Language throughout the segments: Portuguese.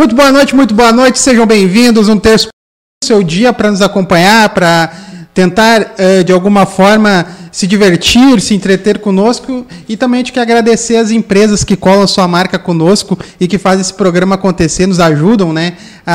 Muito boa noite, sejam bem-vindos. Um terço do seu dia para nos acompanhar, para tentar, de alguma forma, se divertir, se entreter conosco, e também a gente quer agradecer as empresas que colam sua marca conosco e que fazem esse programa acontecer, nos ajudam, né,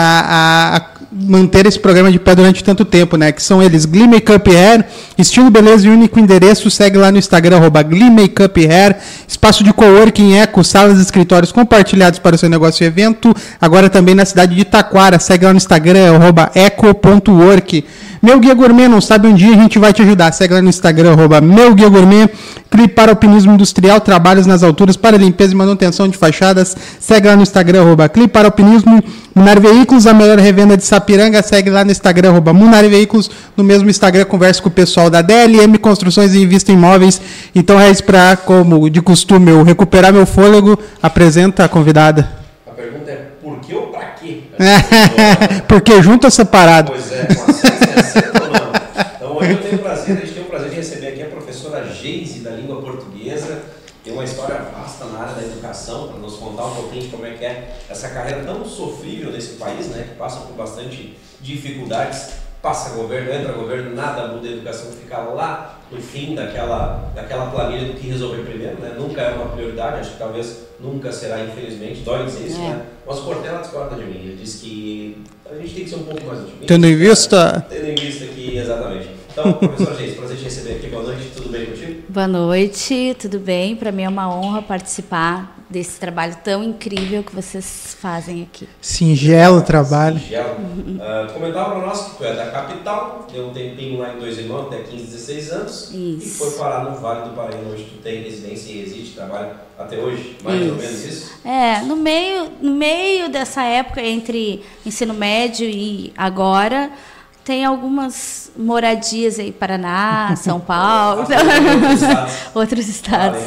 a manter esse programa de pé durante tanto tempo, né, que são eles Glee Makeup Hair, estilo beleza e único endereço, segue lá no Instagram, @Glee Makeup Hair, espaço de coworking, eco, salas e escritórios compartilhados para o seu negócio e evento, agora também na cidade de Taquara, segue lá no Instagram, @eco.work. Meu Guia Gourmet, não sabe, um dia a gente vai te ajudar. Segue lá no Instagram, Meu Guia Gourmet. Clipe para alpinismo industrial, trabalhos nas alturas para limpeza e manutenção de fachadas. Segue lá no Instagram, Clipe para alpinismo. Munar Veículos, a melhor revenda de Sapiranga. Segue lá no Instagram, Munar Veículos. No mesmo Instagram, conversa com o pessoal da DLM Construções e Invista em Imóveis. Então é isso para, como de costume, eu recuperar meu fôlego. Apresenta a convidada. A pergunta é por que ou para quê? Porque junto ou separado? Pois é, com acesso ou não. Então hoje a gente tem o prazer de receber aqui a professora Geise, da língua portuguesa. Tem uma história vasta na área da educação, para nos contar um pouquinho de como é que é essa carreira tão sofrível nesse país, né, que passa por bastante dificuldades. Passa governo, entra governo, nada muda, a educação fica lá no fim daquela planilha do que resolver primeiro, né? Nunca é uma prioridade, acho que talvez nunca será, infelizmente, dói dizer isso, né? Mas o Cortella discorda de mim, ele diz que a gente tem que ser um pouco mais otimista. Tendo em vista aqui, exatamente. Então, professor Geise, prazer te receber aqui, boa noite, tudo bem contigo? Boa noite, tudo bem? Para mim é uma honra participar desse trabalho tão incrível que vocês fazem aqui. Singelo trabalho. Singelo. Comentava para nós que tu é da capital, deu um tempinho lá em Dois Irmãos, até 15, 16 anos. Isso. E foi parar no Vale do Paraíba, onde tu tem residência e reside, trabalha até hoje, mais ou menos isso? No meio dessa época, entre ensino médio e agora, tem algumas moradias aí, Paraná, São Paulo, outros estados.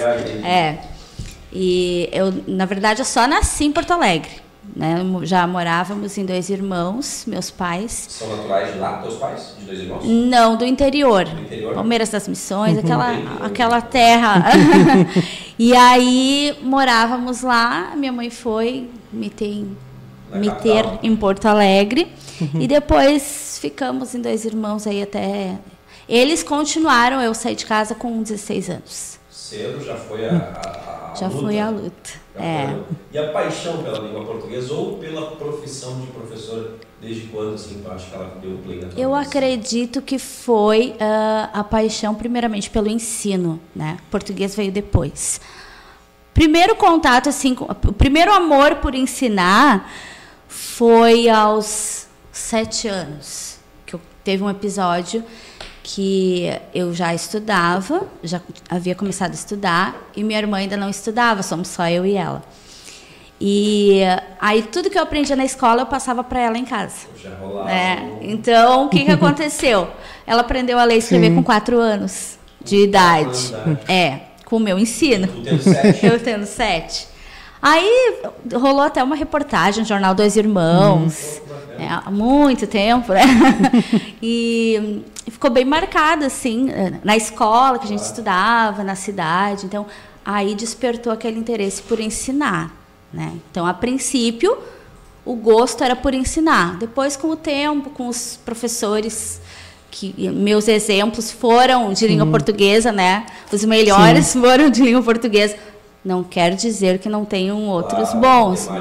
E eu, na verdade, eu só nasci em Porto Alegre, né? Já morávamos em Dois Irmãos, meus pais. São naturais de lá, teus pais, de Dois Irmãos? Não, do interior. Palmeiras das Missões, aquela terra. E aí morávamos lá, minha mãe foi me ter em Porto Alegre. E depois ficamos em Dois Irmãos aí até... Eles continuaram, eu saí de casa com 16 anos. Cedo já foi já luta? Foi a luta. E a paixão pela língua portuguesa ou pela profissão de professora, desde quando, assim, tu acha que ela deu play na tua Eu vida? acredito que foi a paixão, primeiramente, pelo ensino, né? O português veio depois. Primeiro contato, assim, o primeiro amor por ensinar foi aos 7 anos, que teve um episódio que eu já estudava, já havia começado a estudar, e minha irmã ainda não estudava, somos só eu e ela. E aí tudo que eu aprendia na escola eu passava para ela em casa. Já rolava. Então, o que aconteceu? Ela aprendeu a ler e escrever com 4 anos de idade. Com o meu ensino. Tu tendo 7? Eu tendo 7. Aí rolou até uma reportagem no jornal Dois Irmãos, há muito tempo, né? E ficou bem marcado, assim, na escola que a gente estudava, na cidade. Então, aí despertou aquele interesse por ensinar, né? Então, a princípio, o gosto era por ensinar. Depois, com o tempo, com os professores, que meus exemplos foram de língua portuguesa, né? Os melhores foram de língua portuguesa. Não quero dizer que não tenham outros bons,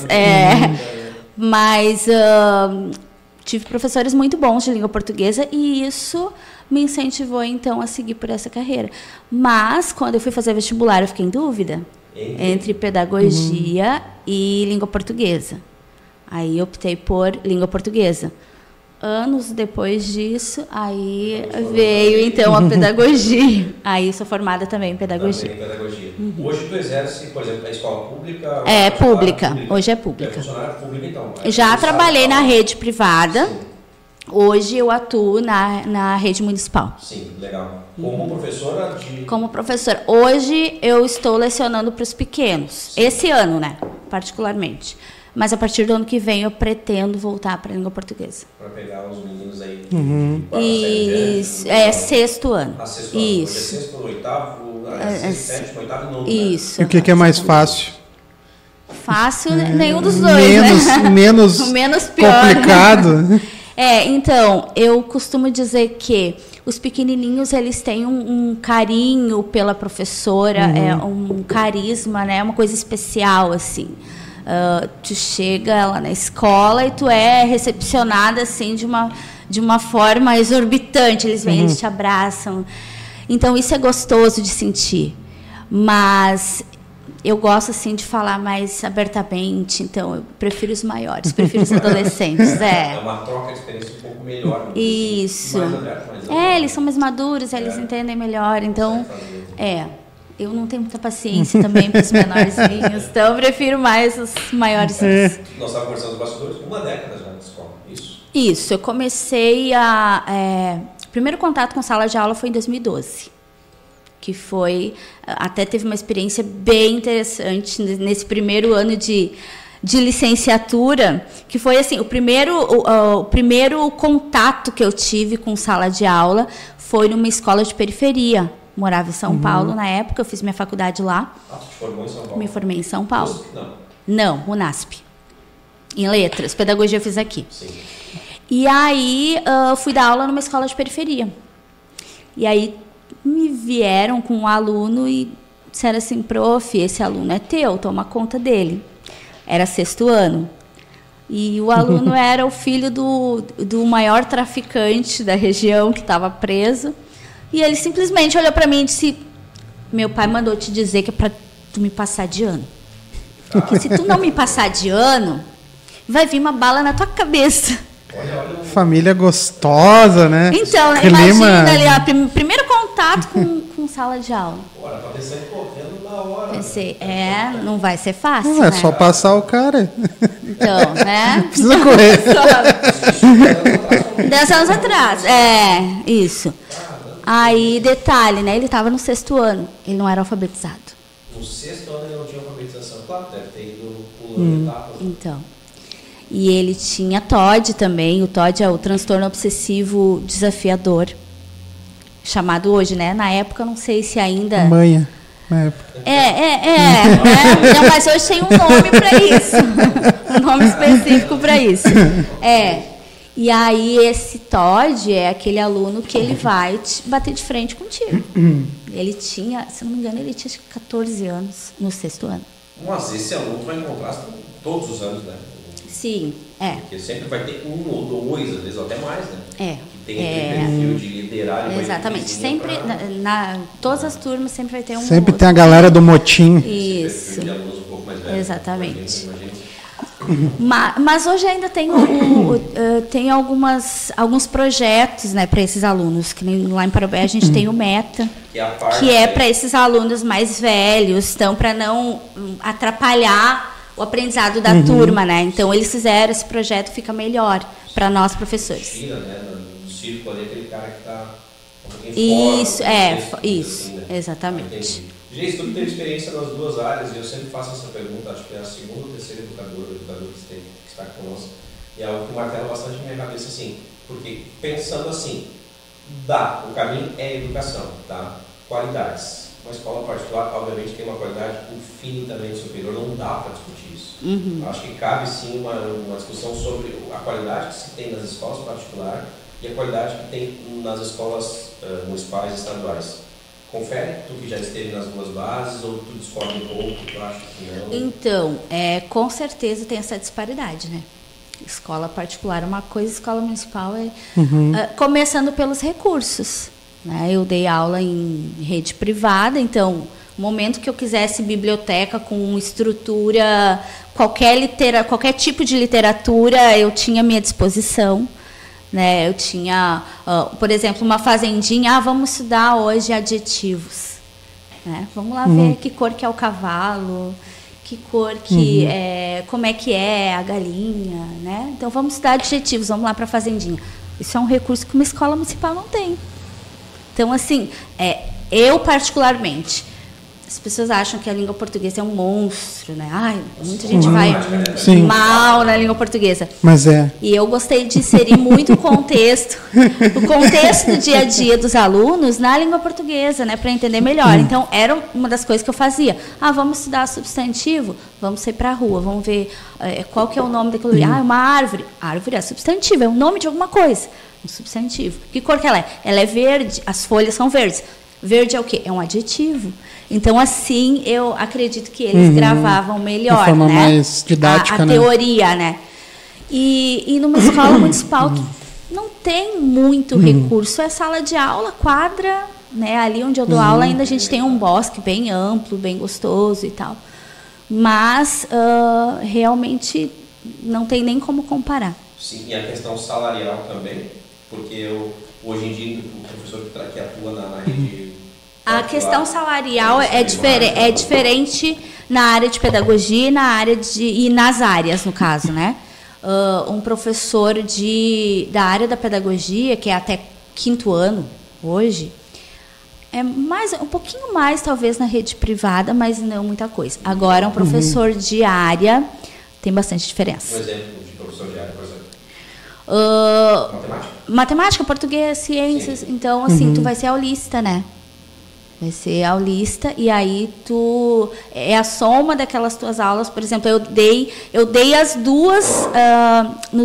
mas tive professores muito bons de língua portuguesa e isso me incentivou, então, a seguir por essa carreira. Mas, quando eu fui fazer vestibular, eu fiquei em dúvida entre pedagogia e língua portuguesa. Aí, optei por língua portuguesa. Anos depois disso, aí veio, então, a pedagogia. Aí sou formada também em pedagogia. Hoje tu exerce, por exemplo, na escola pública? Pública. Hoje é pública. É funcionária pública, então? Já trabalhei na rede privada. Sim. Hoje eu atuo na rede municipal. Sim, legal. Como professora de... Como professora. Hoje eu estou lecionando para os pequenos. Sim. Esse ano, né? Particularmente. Mas a partir do ano que vem eu pretendo voltar para a língua portuguesa. Para pegar os meninos aí. Isso, sexto ano. Sexto ano. Isso. Sexto, oitavo, sétimo, oitavo, nono. Isso. E o que é mais fácil? fácil, nenhum dos dois, menos pior. Complicado. Então, eu costumo dizer que os pequenininhos, eles têm um carinho pela professora, um carisma, né? Uma coisa especial, assim. Tu chega lá na escola e tu é recepcionada, assim, de uma forma exorbitante. Eles vêm, eles te abraçam. Então, isso é gostoso de sentir. Mas eu gosto, assim, de falar mais abertamente. Então, eu prefiro os maiores, prefiro os adolescentes. É uma troca de experiência um pouco melhor. Isso. Mais aberto, mais eles são mais maduros, eles entendem melhor. Então, eu não tenho muita paciência também para os menorzinhos. Então, eu prefiro mais os maiores. Nós estávamos conversando nos bastidores, 1 década já na escola, isso? Isso, eu comecei o primeiro contato com sala de aula foi em 2012. Que foi, até teve uma experiência bem interessante nesse primeiro ano de licenciatura, que foi assim, o primeiro contato que eu tive com sala de aula foi numa escola de periferia. Morava em São Paulo na época, eu fiz minha faculdade lá. Tu te formou em São Paulo? Me formei em São Paulo. Não, UNASP. Em letras, pedagogia eu fiz aqui. Sim. E aí, fui dar aula numa escola de periferia. E aí, me vieram com um aluno e disseram assim, prof, esse aluno é teu, toma conta dele. Era 6º ano. E o aluno era o filho do maior traficante da região, que estava preso. E ele simplesmente olhou para mim e disse, meu pai mandou te dizer que é para tu me passar de ano. Porque se tu não me passar de ano, vai vir uma bala na tua cabeça. Família gostosa, né? Então, imagina ali, primeiro contato com sala de aula. Tá pensando correndo na hora. Pensei, não vai ser fácil, não, né? É só passar o cara. Então, né? Não precisa correr. 10 anos atrás, isso. Aí, detalhe, né? Ele estava no 6º ano, ele não era alfabetizado. No 6º ano ele não tinha alfabetização, claro, deve ter ido pulando etapas. Então, e ele tinha TOD também, o TOD é o transtorno obsessivo desafiador, chamado hoje, né? Na época, não sei se ainda... Manha, na época. Não, mas hoje tem um nome para isso, um nome específico para isso. E aí, esse TOD é aquele aluno que ele vai bater de frente contigo. Ele tinha, se não me engano, ele tinha 14 anos no 6º ano. Mas esse aluno vai encontrar todos os anos, né? Sim, Porque sempre vai ter 1 ou 2, às vezes até mais, né? Que tem aquele perfil de liderar. Exatamente. Sempre, todas as turmas sempre vai ter um. Sempre tem a galera do motim. Isso. De alunos um pouco mais velhos. Exatamente. Mas hoje ainda tem, tem alguns projetos, né, para esses alunos, que nem lá em Parobé a gente tem o META, que é para esses alunos mais velhos, então para não atrapalhar o aprendizado da turma, né? Então eles fizeram esse projeto, fica melhor para nós professores. Tira, né, do círculo ali, aquele cara que está um pouquinho isso, fora. Isso, assim, né? exatamente. Gente, tu teve experiência nas 2 áreas e eu sempre faço essa pergunta, acho que é a 2ª ou 3ª educador que está conosco, e é algo que martela bastante na minha cabeça, assim, porque pensando assim, o caminho é educação, tá? Qualidades. Uma escola particular, obviamente, tem uma qualidade infinitamente superior, não dá para discutir isso. Acho que cabe sim uma discussão sobre a qualidade que se tem nas escolas particulares e a qualidade que tem nas escolas municipais e estaduais. Confere, tu que já esteve nas 2 bases, ou tu discorda um pouco, tu acha que não? Então, com certeza tem essa disparidade, né? Escola particular é uma coisa, escola municipal é... começando pelos recursos, né? Eu dei aula em rede privada, então, no momento que eu quisesse biblioteca com estrutura, qualquer tipo de literatura, eu tinha à minha disposição. Né, eu tinha, por exemplo, uma fazendinha, vamos estudar hoje adjetivos. Né? Vamos lá ver que cor que é o cavalo, que cor que como é que é a galinha. Né? Então, vamos estudar adjetivos, vamos lá para a fazendinha. Isso é um recurso que uma escola municipal não tem. Então, assim, eu particularmente, as pessoas acham que a língua portuguesa é um monstro, né? Ai, muita gente vai Sim. mal na língua portuguesa. Mas é. E eu gostei de inserir muito o contexto do dia a dia dos alunos na língua portuguesa, né? Para entender melhor. Então, era uma das coisas que eu fazia. Vamos estudar substantivo? Vamos sair para a rua, vamos ver qual que é o nome daquilo. É uma árvore. Árvore é substantivo, é o nome de alguma coisa. Um substantivo. Que cor que ela é? Ela é verde, as folhas são verdes. Verde é o quê? É um adjetivo. Então, assim, eu acredito que eles gravavam melhor, de forma né? mais didática, a teoria, né? E numa escola municipal que não tem muito recurso, é sala de aula, quadra, né? Ali onde eu dou aula ainda a gente tem um bosque bem amplo, bem gostoso e tal. Mas, realmente, não tem nem como comparar. Sim, e a questão salarial também, porque hoje em dia o professor que atua na rede... A questão salarial é diferente na área de pedagogia e nas áreas, no caso, né? Um professor da área da pedagogia, que é até 5º ano hoje, é um pouquinho mais, talvez, na rede privada, mas não muita coisa. Agora, um professor de área tem bastante diferença. Um exemplo de professor de área, por exemplo? Matemática, português, ciências. Sim. Então, assim, tu vai ser aulista, né? Vai ser aulista, e aí é a soma daquelas tuas aulas. Por exemplo, eu dei as duas no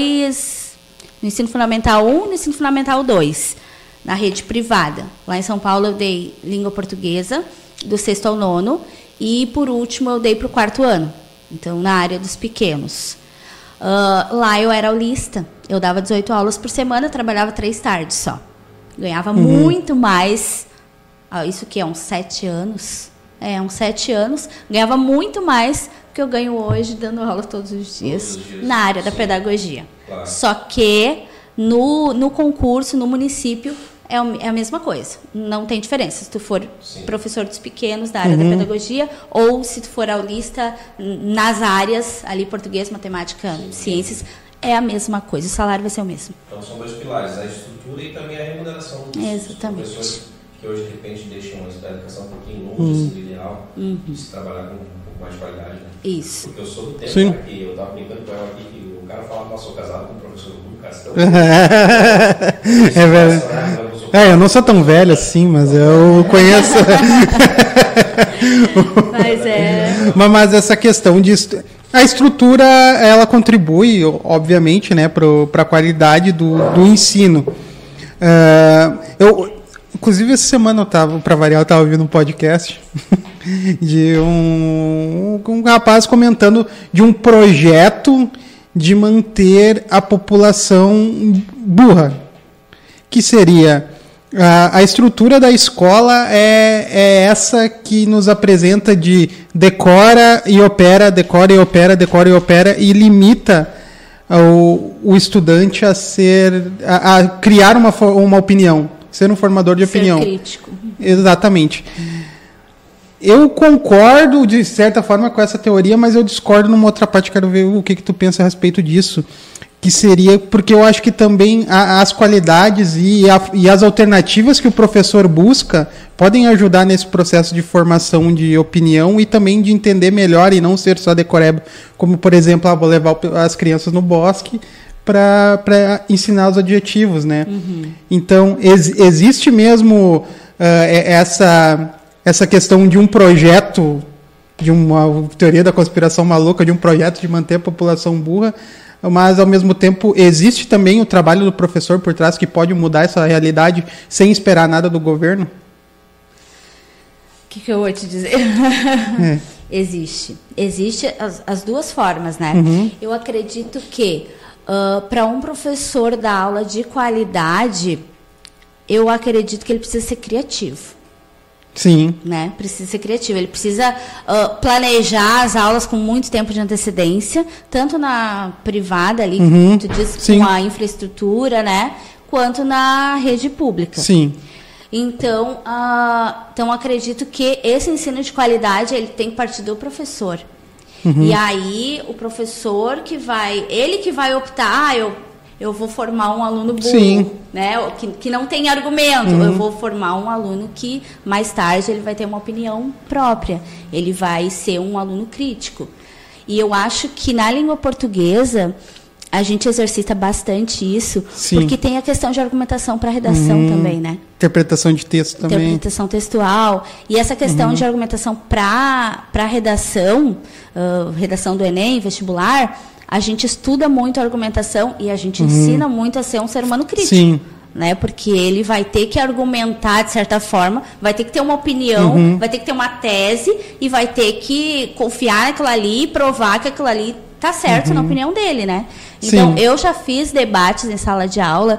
ensino fundamental 1 e no ensino fundamental 2, na rede privada. Lá em São Paulo eu dei língua portuguesa, do 6º ao 9º, e por último eu dei para o 4º ano, então na área dos pequenos. Lá eu era aulista, eu dava 18 aulas por semana, trabalhava 3 tardes só. Ganhava muito mais... Isso que é uns 7 anos. Uns 7 anos. Ganhava muito mais do que eu ganho hoje dando aula todos os dias na área da pedagogia. Claro. Só que no concurso, no município, é a mesma coisa. Não tem diferença. Se tu for professor dos pequenos da área da pedagogia ou se tu for aulista nas áreas, ali português, matemática, ciências, é a mesma coisa. O salário vai ser o mesmo. Então são 2 pilares, a estrutura e também a remuneração dos professores. Que hoje, de repente, deixam a educação um pouquinho longe do ideal, de se trabalhar com um pouco mais de qualidade. Né? Isso. Porque eu sou do tempo que eu estava brincando com ela aqui, que o cara falava, sou casado com o professor Lucas. É verdade. Eu não sou tão velho assim, mas eu conheço. Mas essa questão de... A estrutura, ela contribui, obviamente, né, para a qualidade do ensino. Inclusive, essa semana eu estava ouvindo um podcast de um rapaz comentando de um projeto de manter a população burra, que seria a estrutura da escola é essa que nos apresenta de decora e opera, decora e opera, decora e opera, e limita o estudante a criar uma opinião. Ser um formador de opinião. Ser crítico. Exatamente. Eu concordo, de certa forma, com essa teoria, mas eu discordo numa outra parte. Quero ver o que tu pensa a respeito disso. Que seria... Porque eu acho que também as qualidades e as alternativas que o professor busca podem ajudar nesse processo de formação de opinião e também de entender melhor e não ser só decoreba. Como, por exemplo, vou levar as crianças no bosque... para ensinar os adjetivos, né? Então, existe mesmo essa questão de um projeto, de uma teoria da conspiração maluca, de um projeto de manter a população burra, mas, ao mesmo tempo, existe também o trabalho do professor por trás que pode mudar essa realidade sem esperar nada do governo? O que eu vou te dizer? Existe as duas formas, né? Eu acredito que para um professor dar aula de qualidade, eu acredito que ele precisa ser criativo. Sim. Né? Precisa ser criativo. Ele precisa planejar as aulas com muito tempo de antecedência, tanto na privada ali, que tu diz, com a infraestrutura, né? Quanto na rede pública. Sim. Então, acredito que esse ensino de qualidade ele tem que partir do professor. E aí, o professor que vai optar, eu eu vou formar um aluno burro, Sim. né? Que não tem argumento. Eu vou formar um aluno que mais tarde ele vai ter uma opinião própria. Ele vai ser um aluno crítico. E eu acho que na língua portuguesa a gente exercita bastante isso, Sim. porque tem a questão de argumentação para redação também, né? Interpretação de texto também. Interpretação textual. E essa questão de argumentação para redação, redação do Enem, vestibular, a gente estuda muito a argumentação e a gente ensina muito a ser um ser humano crítico. Sim. Né? Porque ele vai ter que argumentar de certa forma, vai ter que ter uma opinião, vai ter que ter uma tese e vai ter que confiar naquilo ali e provar que aquilo ali está certo na opinião dele, né? Então, eu já fiz debates em sala de aula,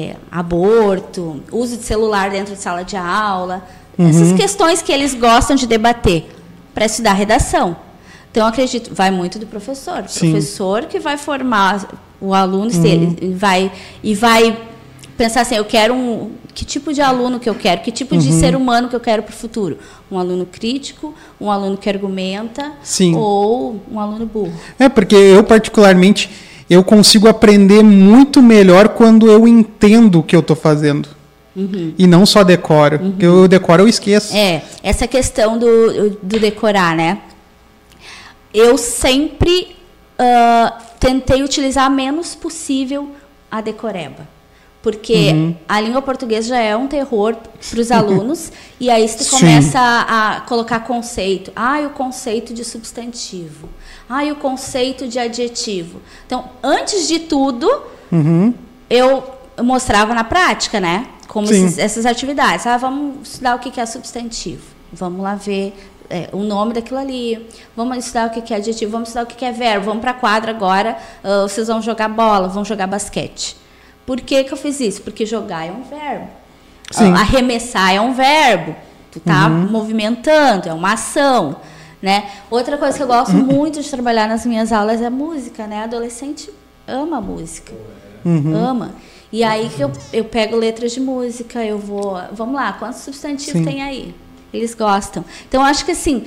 aborto, uso de celular dentro de sala de aula, essas questões que eles gostam de debater para estudar redação. Então, eu acredito, vai muito do professor. O professor que vai formar o aluno, ele vai pensar assim, eu quero que tipo de aluno que eu quero, que tipo de ser humano que eu quero para o futuro. Um aluno crítico, um aluno que argumenta, ou um aluno burro. Porque eu, particularmente, eu consigo aprender muito melhor quando eu entendo o que eu estou fazendo. E não só decoro. Porque eu decoro, eu esqueço. Essa questão do decorar, né? Eu sempre tentei utilizar menos possível a decoreba. Porque a língua portuguesa já é um terror para os alunos, e aí você começa a colocar conceito. O conceito de substantivo. O conceito de adjetivo. Então, antes de tudo, eu mostrava na prática, né? Como essas atividades. Vamos estudar o que é substantivo. Vamos lá ver o nome daquilo ali. Vamos estudar o que é adjetivo. Vamos estudar o que é verbo. Vamos para a quadra agora. Vocês vão jogar bola, vão jogar basquete. Por que eu fiz isso? Porque jogar é um verbo. Arremessar é um verbo. Tu tá movimentando, é uma ação. Né? Outra coisa que eu gosto muito de trabalhar nas minhas aulas é a música. Né? Adolescente ama a música. Ama. E aí que eu pego letras de música, vamos lá, quantos substantivos tem aí? Eles gostam. Então, eu acho que assim,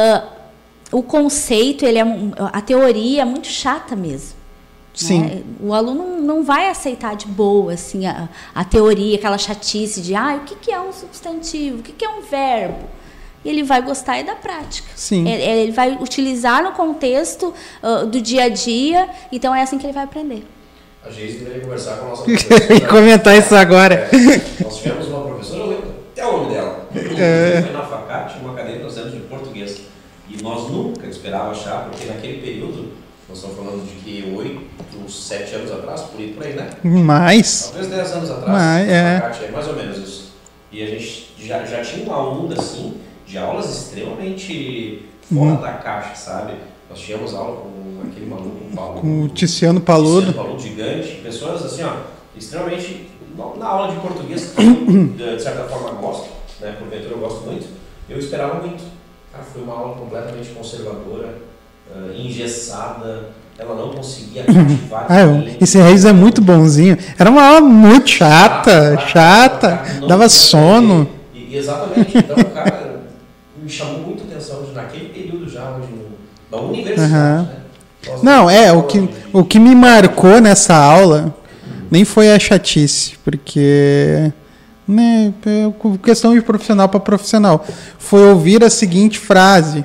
o conceito, a teoria é muito chata mesmo. Né? O aluno não vai aceitar de boa assim, a teoria, aquela chatice de o que é um substantivo, o que é um verbo. E ele vai gostar da prática. Ele vai utilizar no contexto do dia a dia, então é assim que ele vai aprender. A Geise deveria conversar com a nossa professora. Eu ia comentar isso agora. Nós tivemos uma professora, eu lembro até o nome dela. Foi na FACAT, uma cadeira que nós temos de português. E nós nunca esperávamos achar, porque naquele período, nós estamos falando de que 8, 7 anos atrás, por aí, né? Mais. Talvez 10 anos atrás, FACAT, é mais ou menos isso. E a gente já tinha uma onda, assim, de aulas extremamente fora da caixa, sabe? Nós tínhamos aula com aquele maluco, com o Tiziano Paludo. Gigante, pessoas assim, extremamente, na aula de português, que eu, de certa forma gosto, né, porventura eu gosto muito, eu esperava muito. Cara, foi uma aula completamente conservadora, engessada, ela não conseguia cativar ninguém. Esse Reis é muito bonzinho. Era uma aula muito chata, dava sono. Exatamente, então, cara, me chamou muito a atenção naquele período já, da universidade, né? Não, o que me marcou nessa aula nem foi a chatice, porque né, questão de profissional para profissional, foi ouvir a seguinte frase: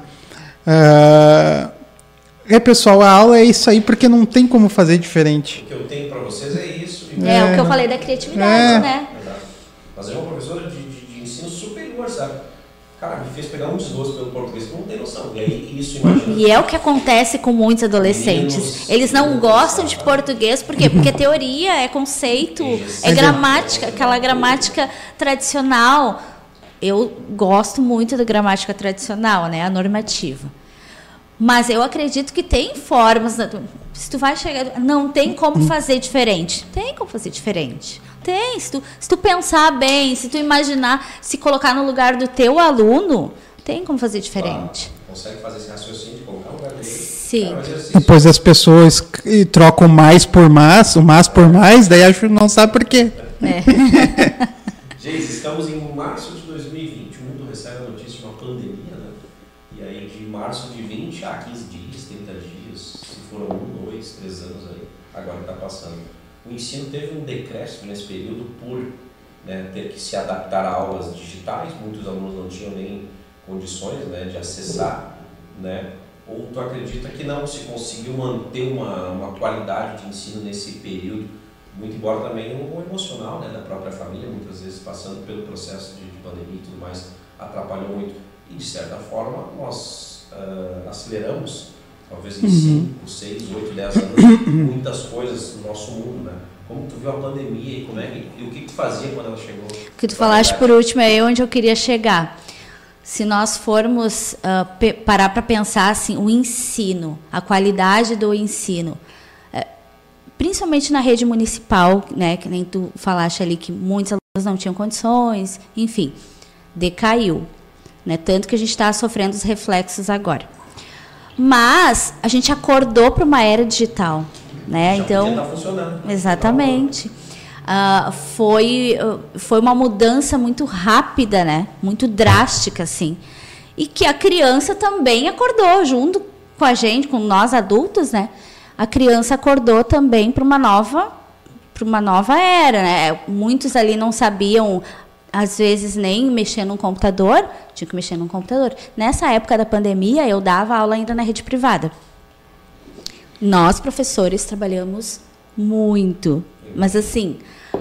pessoal, a aula é isso aí porque não tem como fazer diferente. O que eu tenho para vocês é isso. O que eu falei da criatividade, né? Mas é uma professora de ensino superior, sabe? Cara, me fez pegar um desgosto pelo português que não tem noção. E aí, isso, imagina. E é o que acontece com muitos adolescentes. Eles não gostam de português, por quê? Porque é teoria, é conceito, é gramática, aquela gramática tradicional. Eu gosto muito da gramática tradicional, né? A normativa. Mas eu acredito que tem formas. Se tu vai chegar. Não tem como fazer diferente. Tem como fazer diferente. Tem, se tu pensar bem, se tu imaginar, se colocar no lugar do teu aluno, tem como fazer diferente. Consegue fazer esse raciocínio de colocar no lugar dele. Sim. Depois as pessoas trocam mais por mais, o mais por mais, daí acho que não sabe por quê. Geise, estamos em março de 2020, o mundo recebe a notícia de uma pandemia, né? E aí de março de 20 a 15 dias, 30 dias, se foram 1, 2, 3 anos aí, agora está passando. o ensino teve um decréscimo nesse período por, né, ter que se adaptar a aulas digitais, muitos alunos não tinham nem condições, né, de acessar, né? Ou tu acredita que não se conseguiu manter uma qualidade de ensino nesse período, muito embora também o emocional, né, da própria família, muitas vezes passando pelo processo de pandemia e tudo mais, atrapalhou muito. E de certa forma nós aceleramos, talvez em 5, 6, 8, 10 anos, muitas coisas no nosso mundo, né? Como tu viu a pandemia e o que tu fazia quando ela chegou? O que tu falaste por último é onde eu queria chegar. Se nós formos parar para pensar assim, o ensino, a qualidade do ensino, principalmente na rede municipal, né, que nem tu falaste ali que muitos alunos não tinham condições, enfim, decaiu, né, tanto que a gente está sofrendo os reflexos agora. Mas a gente acordou para uma era digital, né? Já então tá funcionando. Exatamente. Foi uma mudança muito rápida, né? Muito drástica, assim. E que a criança também acordou junto com a gente, com nós adultos, né? A criança acordou também para uma nova era, né? Muitos ali não sabiam, às vezes, nem mexer num computador, tinha que mexer num computador. Nessa época da pandemia, eu dava aula ainda na rede privada. Nós, professores, trabalhamos muito, mas assim,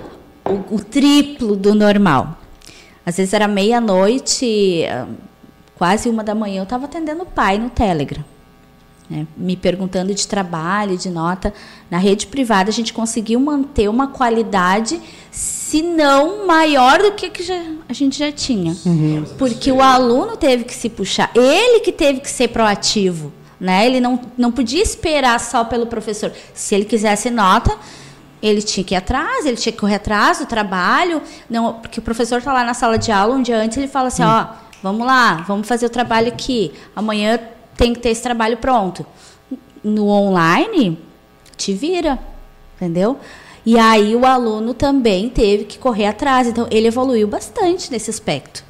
o triplo do normal. Às vezes era meia-noite, quase 1h eu estava atendendo o pai no Telegram, né, me perguntando de trabalho, de nota. Na rede privada a gente conseguiu manter uma qualidade, se não maior do que a gente já tinha. Porque o aluno teve que se puxar, ele que teve que ser proativo. Né? Ele não podia esperar só pelo professor. Se ele quisesse nota, ele tinha que ir atrás, ele tinha que correr atrás do trabalho. Não, porque o professor está lá na sala de aula, um dia antes ele fala assim, vamos lá, vamos fazer o trabalho aqui. Amanhã tem que ter esse trabalho pronto. No online, te vira, entendeu? E aí o aluno também teve que correr atrás. Então, ele evoluiu bastante nesse aspecto.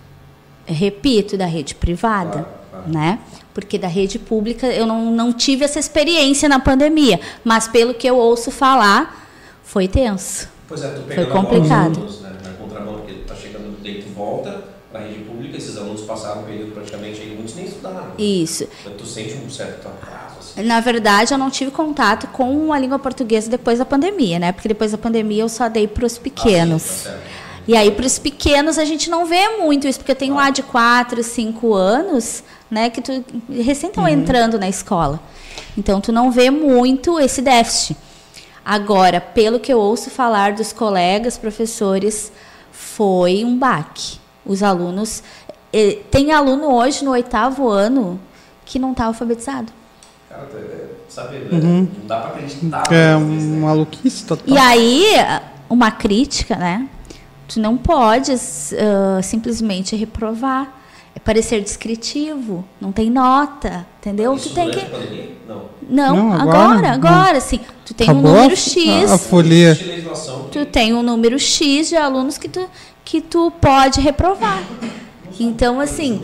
Repito, da rede privada, né? Porque da rede pública eu não tive essa experiência na pandemia, mas pelo que eu ouço falar, foi tenso. Pois é, tu foi pegando complicado. Alunos, né, na contramão, porque tu tá chegando, daí tu volta para a rede pública, esses alunos passaram um período praticamente aí, muitos nem estudaram. Isso. Então, tu sente um certo atraso. Assim. Na verdade, eu não tive contato com a língua portuguesa depois da pandemia, né? Porque depois da pandemia eu só dei para os pequenos. Sim, tá certo. E aí, para os pequenos, a gente não vê muito isso, porque eu tenho lá de 4, 5 anos, né, que recém estão entrando na escola. Então, tu não vê muito esse déficit. Agora, pelo que eu ouço falar dos colegas professores, foi um baque. Os alunos... Tem aluno hoje, no 8º ano, que não está alfabetizado. Cara, sabe, não dá para acreditar. É um maluquice total. E aí, uma crítica, né? Tu não podes simplesmente reprovar. É parecer descritivo, não tem nota, entendeu? Isso tu tem que... pandemia? Não, agora agora sim. Tu tem Acabou um número X. a folia. Tu tem um número X de alunos que tu pode reprovar. Então, assim,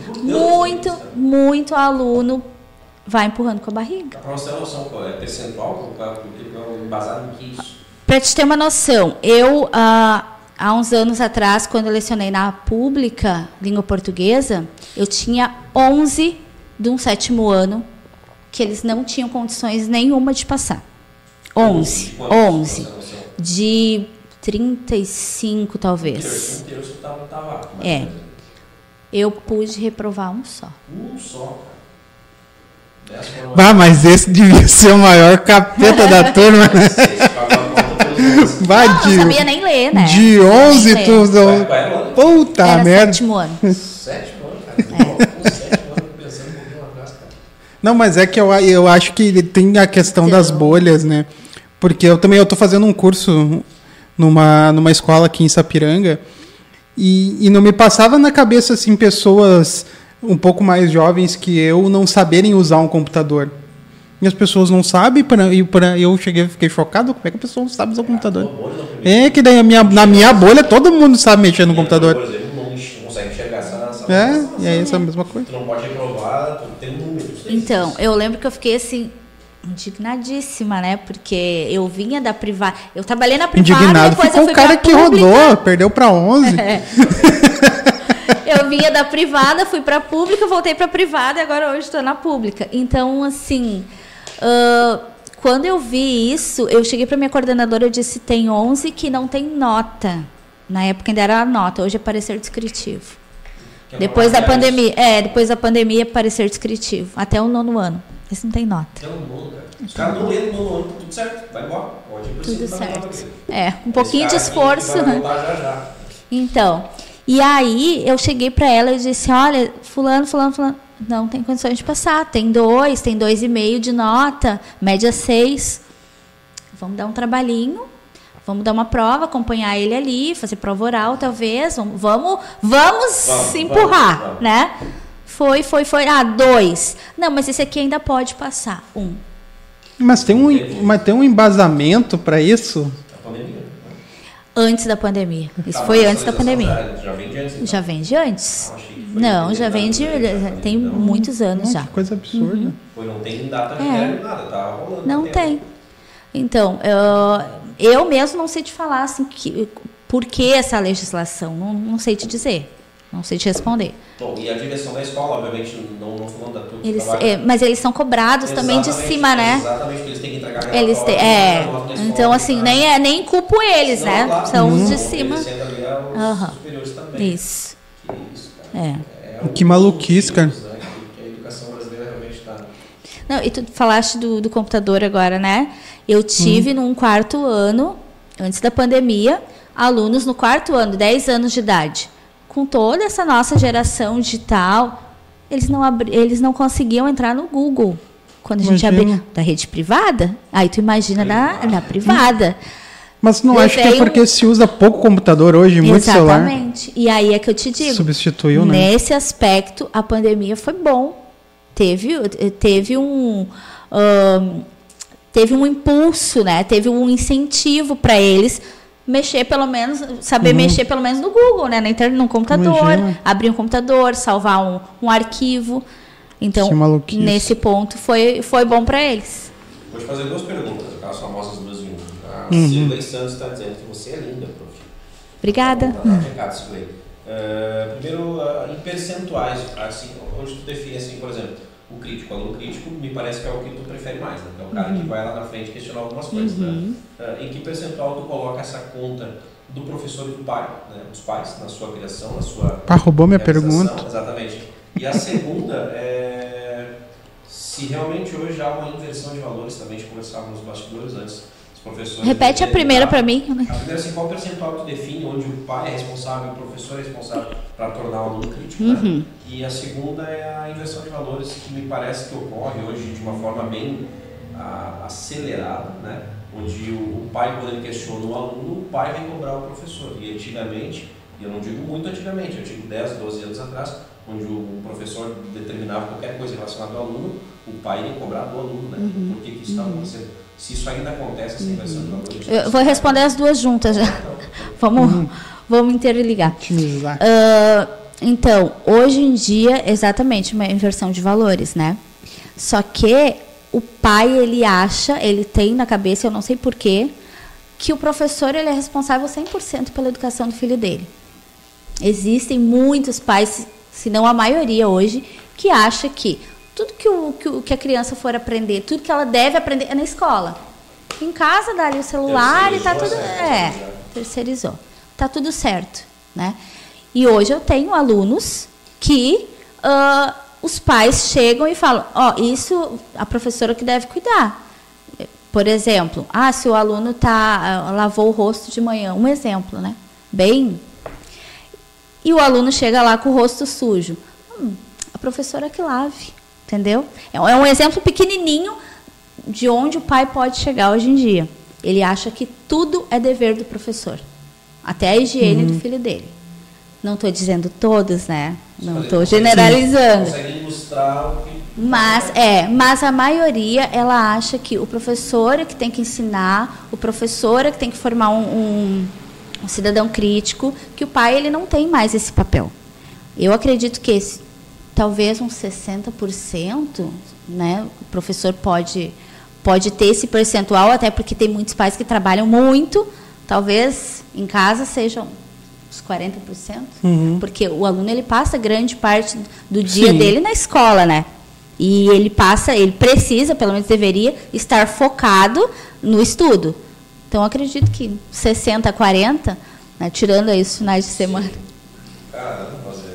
muito aluno vai empurrando com a barriga. Para você ter noção, qual é percentual? Embasado em que isso? Para te ter uma noção, eu... há uns anos atrás, quando eu lecionei na pública, língua portuguesa, eu tinha 11 de um 7º ano que eles não tinham condições nenhuma de passar. 11. De 35, talvez. Um terço estava. Eu pude reprovar um só. Um só, cara. Mas esse devia ser o maior capeta da turma, né? Não sabia nem ler, né? De 11, puta era merda. 7º ano. 7º ano, cara. 7º ano pensando um pouquinho atrás, cara. Não, mas é que eu acho que tem a questão das bolhas, né? Porque eu tô fazendo um curso numa escola aqui em Sapiranga e não me passava na cabeça, assim, pessoas um pouco mais jovens que eu não saberem usar um computador. E as pessoas não sabem, eu fiquei chocado, como é que a pessoa não sabe usar o computador? É que daí na minha bolha todo mundo sabe mexer no computador. Por exemplo, não consegue enxergar essa e aí essa mesma coisa. Tu não pode reprovar, tu tem números. Então, eu lembro que eu fiquei assim, Indignadíssima, né? Porque eu vinha da privada. Eu trabalhei na privada. Indignado depois ficou eu fui o cara que pública. rodou, perdeu para 11. Eu vinha da privada, fui para a pública, voltei para a privada e agora hoje estou na pública. Então, assim, quando eu vi isso, eu cheguei para minha coordenadora e disse: tem 11 que não tem nota. Na época ainda era nota, hoje é parecer descritivo. Depois da pandemia, é parecer descritivo, até o 9º ano. Esse não tem nota. Até o 9º, cara. Os caras não leram no 9º ano, tudo certo, vai embora. Pode ir pra Tudo cima, certo. Um pouquinho de esforço. Vai voltar já. Então, e aí eu cheguei para ela e disse: olha, fulano, não tem condições de passar. Tem 2, tem 2,5 de nota, média 6. Vamos dar um trabalhinho. Vamos dar uma prova, acompanhar ele ali, fazer prova oral, talvez. Vamos se empurrar, vamos. Né? Foi. 2. Não, mas esse aqui ainda pode passar. 1. Mas tem um embasamento para isso? A pandemia. Antes da pandemia. Isso foi antes da pandemia. Já vem de antes? Então. Já vem de antes. Não, já vem de... Tem muitos anos já. Que coisa absurda. Não tem data de nada, tá rolando. Não tem. Então, eu mesmo não sei te falar assim, por que essa legislação. Não sei te dizer. Não sei te responder. Bom, e a direção da escola, obviamente, não falando da tua mas eles são cobrados também de cima, né? Exatamente, eles têm que entregar então, assim, nem culpo eles, não, né? Claro. São os de cima. Eles ali os superiores também. Isso. Que maluquice, cara. Que a educação brasileira realmente está... Não, e tu falaste do computador agora, né? Eu tive num 4º ano, antes da pandemia, alunos no 4º ano, 10 anos de idade. Com toda essa nossa geração digital, eles não conseguiam entrar no Google. Quando a gente abria da rede privada, aí tu imagina na privada. Mas não acho que é porque se usa pouco computador hoje, muito celular. Exatamente. E aí é que eu te digo. Substituiu, né? Nesse aspecto, a pandemia foi bom. Teve um impulso, né? Teve um incentivo para eles mexer pelo menos no Google, né? Na internet, no computador, abrir um computador, salvar um arquivo. Então, nesse ponto foi bom para eles. Vou te fazer 2 perguntas, aquelas famosas 2 em 1. A Silvia Santos está dizendo que você é linda, prof. Obrigada. Primeiro, em percentuais, assim, onde tu define, assim, por exemplo, o crítico. O aluno crítico me parece que é o que tu prefere mais, né? É o cara que vai lá na frente questionar algumas coisas. Né? Em que percentual tu coloca essa conta do professor e do pai, né? Os pais, na sua criação, na sua... roubou minha pergunta. Exatamente. E a segunda é se realmente hoje há uma inversão de valores, também a gente conversava nos bastidores antes. Repete a primeira para mim. A primeira, assim, qual percentual tu define onde o pai é responsável, o professor é responsável para tornar o aluno crítico, né? E a segunda é a inversão de valores, que me parece que ocorre hoje de uma forma bem acelerada, né? Onde o pai, quando ele questiona o aluno, o pai vem cobrar o professor. E antigamente, e eu não digo muito antigamente, eu digo 10, 12 anos atrás, onde o professor determinava qualquer coisa relacionada ao aluno, o pai ia cobrar do aluno, né? Por que isso está acontecendo? Se isso ainda acontece, essa inversão de valores... Eu vou responder as 2 juntas já. Vamos interligar. Então, hoje em dia, exatamente, uma inversão de valores, né? Só que o pai, ele tem na cabeça, eu não sei porquê, que o professor ele é responsável 100% pela educação do filho dele. Existem muitos pais, se não a maioria hoje, que acha que tudo que a criança for aprender, tudo que ela deve aprender é na escola. Em casa, dá ali o celular e tá tudo... terceirizou. Tá tudo certo, né? E hoje eu tenho alunos que os pais chegam e falam, isso a professora que deve cuidar. Por exemplo, se o aluno lavou o rosto de manhã, um exemplo, né? E o aluno chega lá com o rosto sujo. A professora que lave. Entendeu? É um exemplo pequenininho de onde o pai pode chegar hoje em dia. Ele acha que tudo é dever do professor. Até a higiene do filho dele. Não estou dizendo todos, né? Não estou generalizando. Consegue ilustrar o que... Mas a maioria, ela acha que o professor é que tem que ensinar, o professor é que tem que formar um cidadão crítico, que o pai ele não tem mais esse papel. Eu acredito que talvez uns 60%, né, o professor pode pode ter esse percentual, até porque tem muitos pais que trabalham muito, talvez em casa sejam uns 40%, porque o aluno ele passa grande parte do dia dele na escola, né? E ele precisa, pelo menos deveria, estar focado no estudo. Então, acredito que 60 a 40, né, tirando aí os finais de semana. Caramba,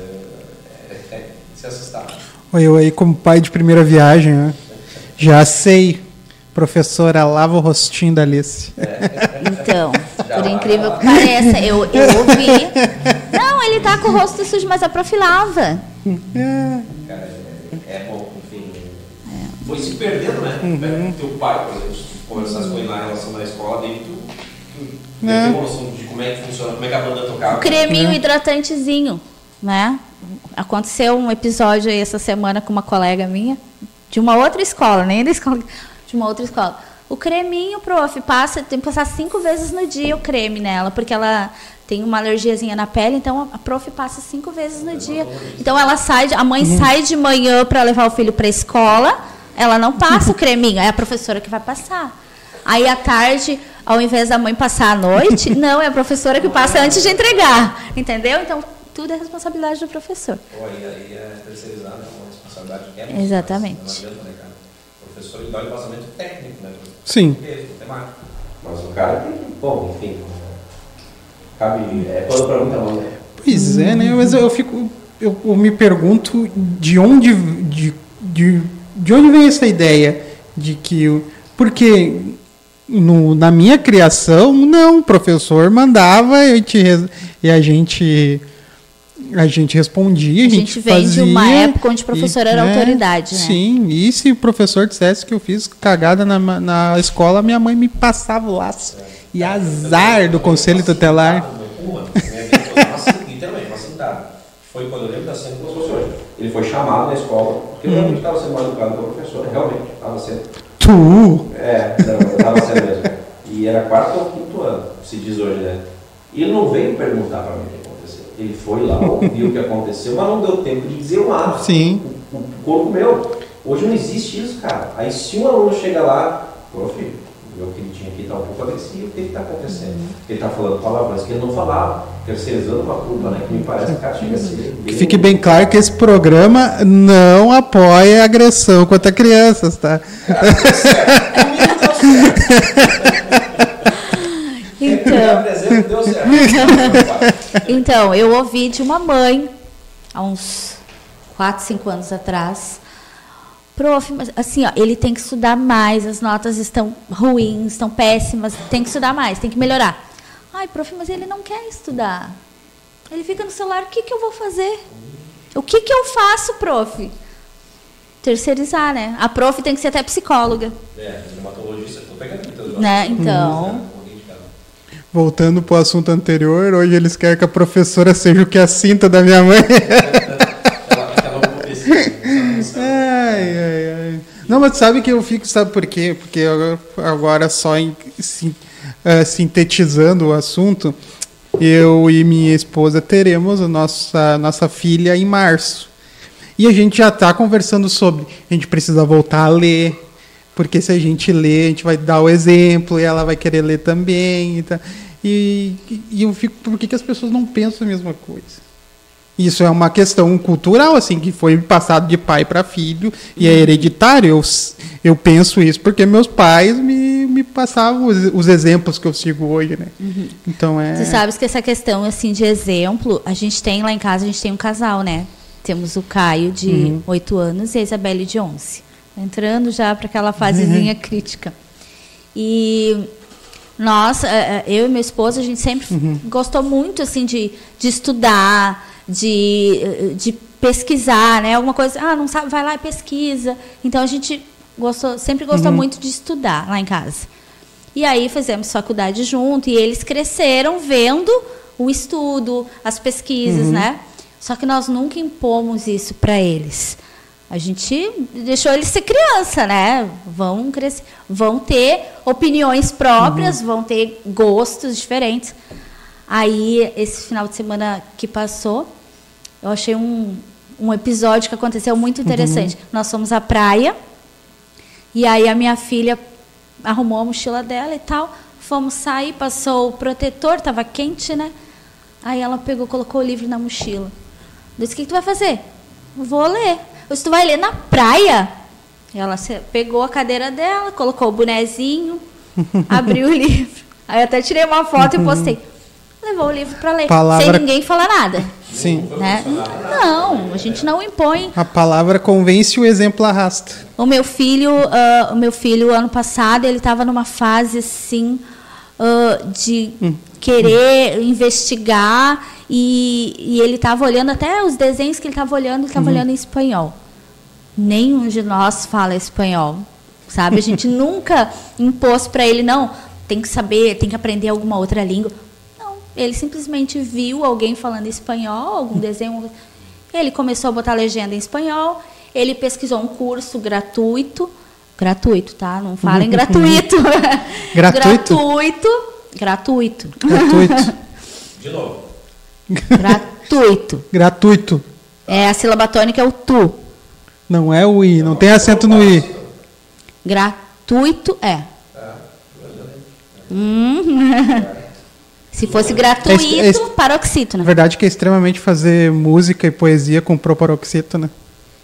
se assustar. Eu aí, como pai de primeira viagem, né? Já sei, professora, lava o rostinho da Alice. Então, por incrível que pareça, eu ouvi. Não, ele tá com o rosto sujo, mas a prof lava. Cara, bom, enfim. Foi se perdendo, né? Teu pai, por exemplo, se tu conversasse com ele na relação da escola dele, tu tem uma noção de como é que funciona, como é que a banda tocava. Um creminho hidratantezinho, né? Aconteceu um episódio aí essa semana com uma colega minha, de uma outra escola, nem da escola, de uma outra escola. O creminho, prof, tem que passar 5 vezes no dia o creme nela, porque ela tem uma alergiazinha na pele, então a prof passa 5 vezes no dia. Então a mãe sai de manhã para levar o filho para a escola, ela não passa o creminho, é a professora que vai passar. Aí à tarde, ao invés da mãe passar à noite, não, é a professora que passa antes de entregar, entendeu? Então tudo é responsabilidade do professor. Aí é terceirizar, né? Uma responsabilidade Exatamente. Não adianta, né, cara? O professor ele dá o embasamento técnico, né? Sim. Mas o cara tem, bom, enfim, cabe, toda pergunta não, né? Pois é, né? Mas eu me pergunto de onde vem essa ideia de que, porque na minha criação, não, o professor mandava e a gente respondia, a gente vem fazia, de uma época onde o professor era autoridade, né? Sim, e se o professor dissesse que eu fiz cagada na escola, minha mãe me passava o laço. E azar do conselho tutelar. Literalmente, uma sentada. Foi quando eu lembro da cena do professor. Ele foi chamado na escola, porque eu realmente estava sendo mal educado pelo professor, realmente, estava sendo. Tu? Não, eu estava sendo mesmo. E era 4º ou 5º ano, se diz hoje, né? E ele não veio perguntar para mim o que aconteceu. Ele foi lá, ouviu o que aconteceu, mas não deu tempo de dizer nada. Sim. O corpo meu. Hoje não existe isso, cara. Aí se um aluno chega lá, prof, meu queridinho aqui está um pouco agressivo, o que está acontecendo? Ele está falando palavras que ele não falava, terceirizando uma culpa, né? Que me parece que cara chega assim. Que fique bem claro que esse programa não apoia agressão contra crianças, tá? Então, eu ouvi de uma mãe, há uns 4, 5 anos atrás, prof, mas assim, ó, ele tem que estudar mais, as notas estão ruins, estão péssimas, tem que estudar mais, tem que melhorar. Ai, prof, mas ele não quer estudar. Ele fica no celular, o que eu vou fazer? O que eu faço, prof? Terceirizar, né? A prof tem que ser até psicóloga. Dermatologista, estou pegando aqui. Né? Então... Voltando para o assunto anterior, hoje eles querem que a professora seja o que a cinta da minha mãe. Ai. Não, mas sabe que eu fico, sabe por quê? Porque agora só sintetizando o assunto, eu e minha esposa teremos a nossa filha em março. E a gente já está conversando sobre, a gente precisa voltar a ler, porque se a gente ler, a gente vai dar o exemplo e ela vai querer ler também. E eu fico, por que as pessoas não pensam a mesma coisa? Isso é uma questão cultural, assim, que foi passado de pai para filho e é hereditário. Eu penso isso porque meus pais me passavam os exemplos que eu sigo hoje, né? Então Você sabe que essa questão, assim, de exemplo, a gente tem lá em casa, a gente tem um casal, né? Temos o Caio, de 8 anos, e a Isabelle, de 11. Entrando já para aquela fasezinha crítica. E nós, eu e minha esposa, a gente sempre gostou muito, assim, de estudar, de pesquisar, né? Alguma coisa, não sabe, vai lá e pesquisa. Então a gente sempre gostou muito de estudar lá em casa. E aí fizemos faculdade junto e eles cresceram vendo o estudo, as pesquisas, né? Só que nós nunca impomos isso para eles. A gente deixou eles ser criança, né? Vão crescer, vão ter opiniões próprias, vão ter gostos diferentes. Aí, esse final de semana que passou, eu achei um episódio que aconteceu muito interessante. Nós fomos à praia, e aí a minha filha arrumou a mochila dela e tal. Fomos sair, passou o protetor, estava quente, né? Aí ela pegou, colocou o livro na mochila. Disse, o que tu vai fazer? Vou ler. Eu disse, tu vai ler na praia? Ela pegou a cadeira dela, colocou o bonezinho, abriu o livro. Aí eu até tirei uma foto e postei. Levou o livro para ler, sem ninguém falar nada. Sim. Né? Não, a gente não impõe. A palavra convence, o exemplo arrasta. O meu filho, ano passado, ele estava numa fase assim de querer investigar e ele estava olhando até os desenhos que ele estava olhando, ele estava olhando em espanhol. Nenhum de nós fala espanhol, sabe? A gente nunca impôs para ele, não, tem que saber, tem que aprender alguma outra língua. Não, ele simplesmente viu alguém falando espanhol, algum desenho. Ele começou a botar legenda em espanhol, ele pesquisou um curso gratuito, tá? Não falem gratuito. Gratuito? Gratuito. De novo. Gratuito. É, a sílaba tônica é o tu. Não é o i, não tem acento no i. Gratuito é. Se fosse gratuito, paroxítono. Na verdade que é extremamente fazer música e poesia com proparoxítono, né?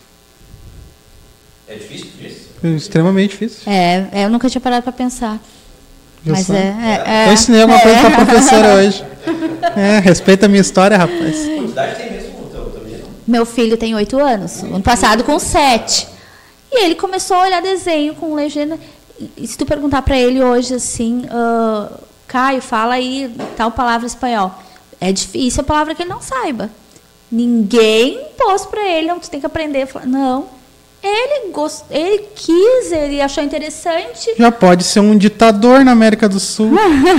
É difícil isso? É extremamente difícil. Eu nunca tinha parado para pensar. Mas eu ensinei alguma coisa para a professora hoje. Respeita a minha história, rapaz. Quantidade tem mesmo também, não? Meu filho tem 8 anos, ano passado com 7. E ele começou a olhar desenho com legenda. E se tu perguntar para ele hoje assim, Caio, fala aí tal palavra em espanhol. É difícil a palavra que ele não saiba. Ninguém pôs para ele, não, tu tem que aprender. Não. Ele quis, ele achou interessante. Já pode ser um ditador na América do Sul.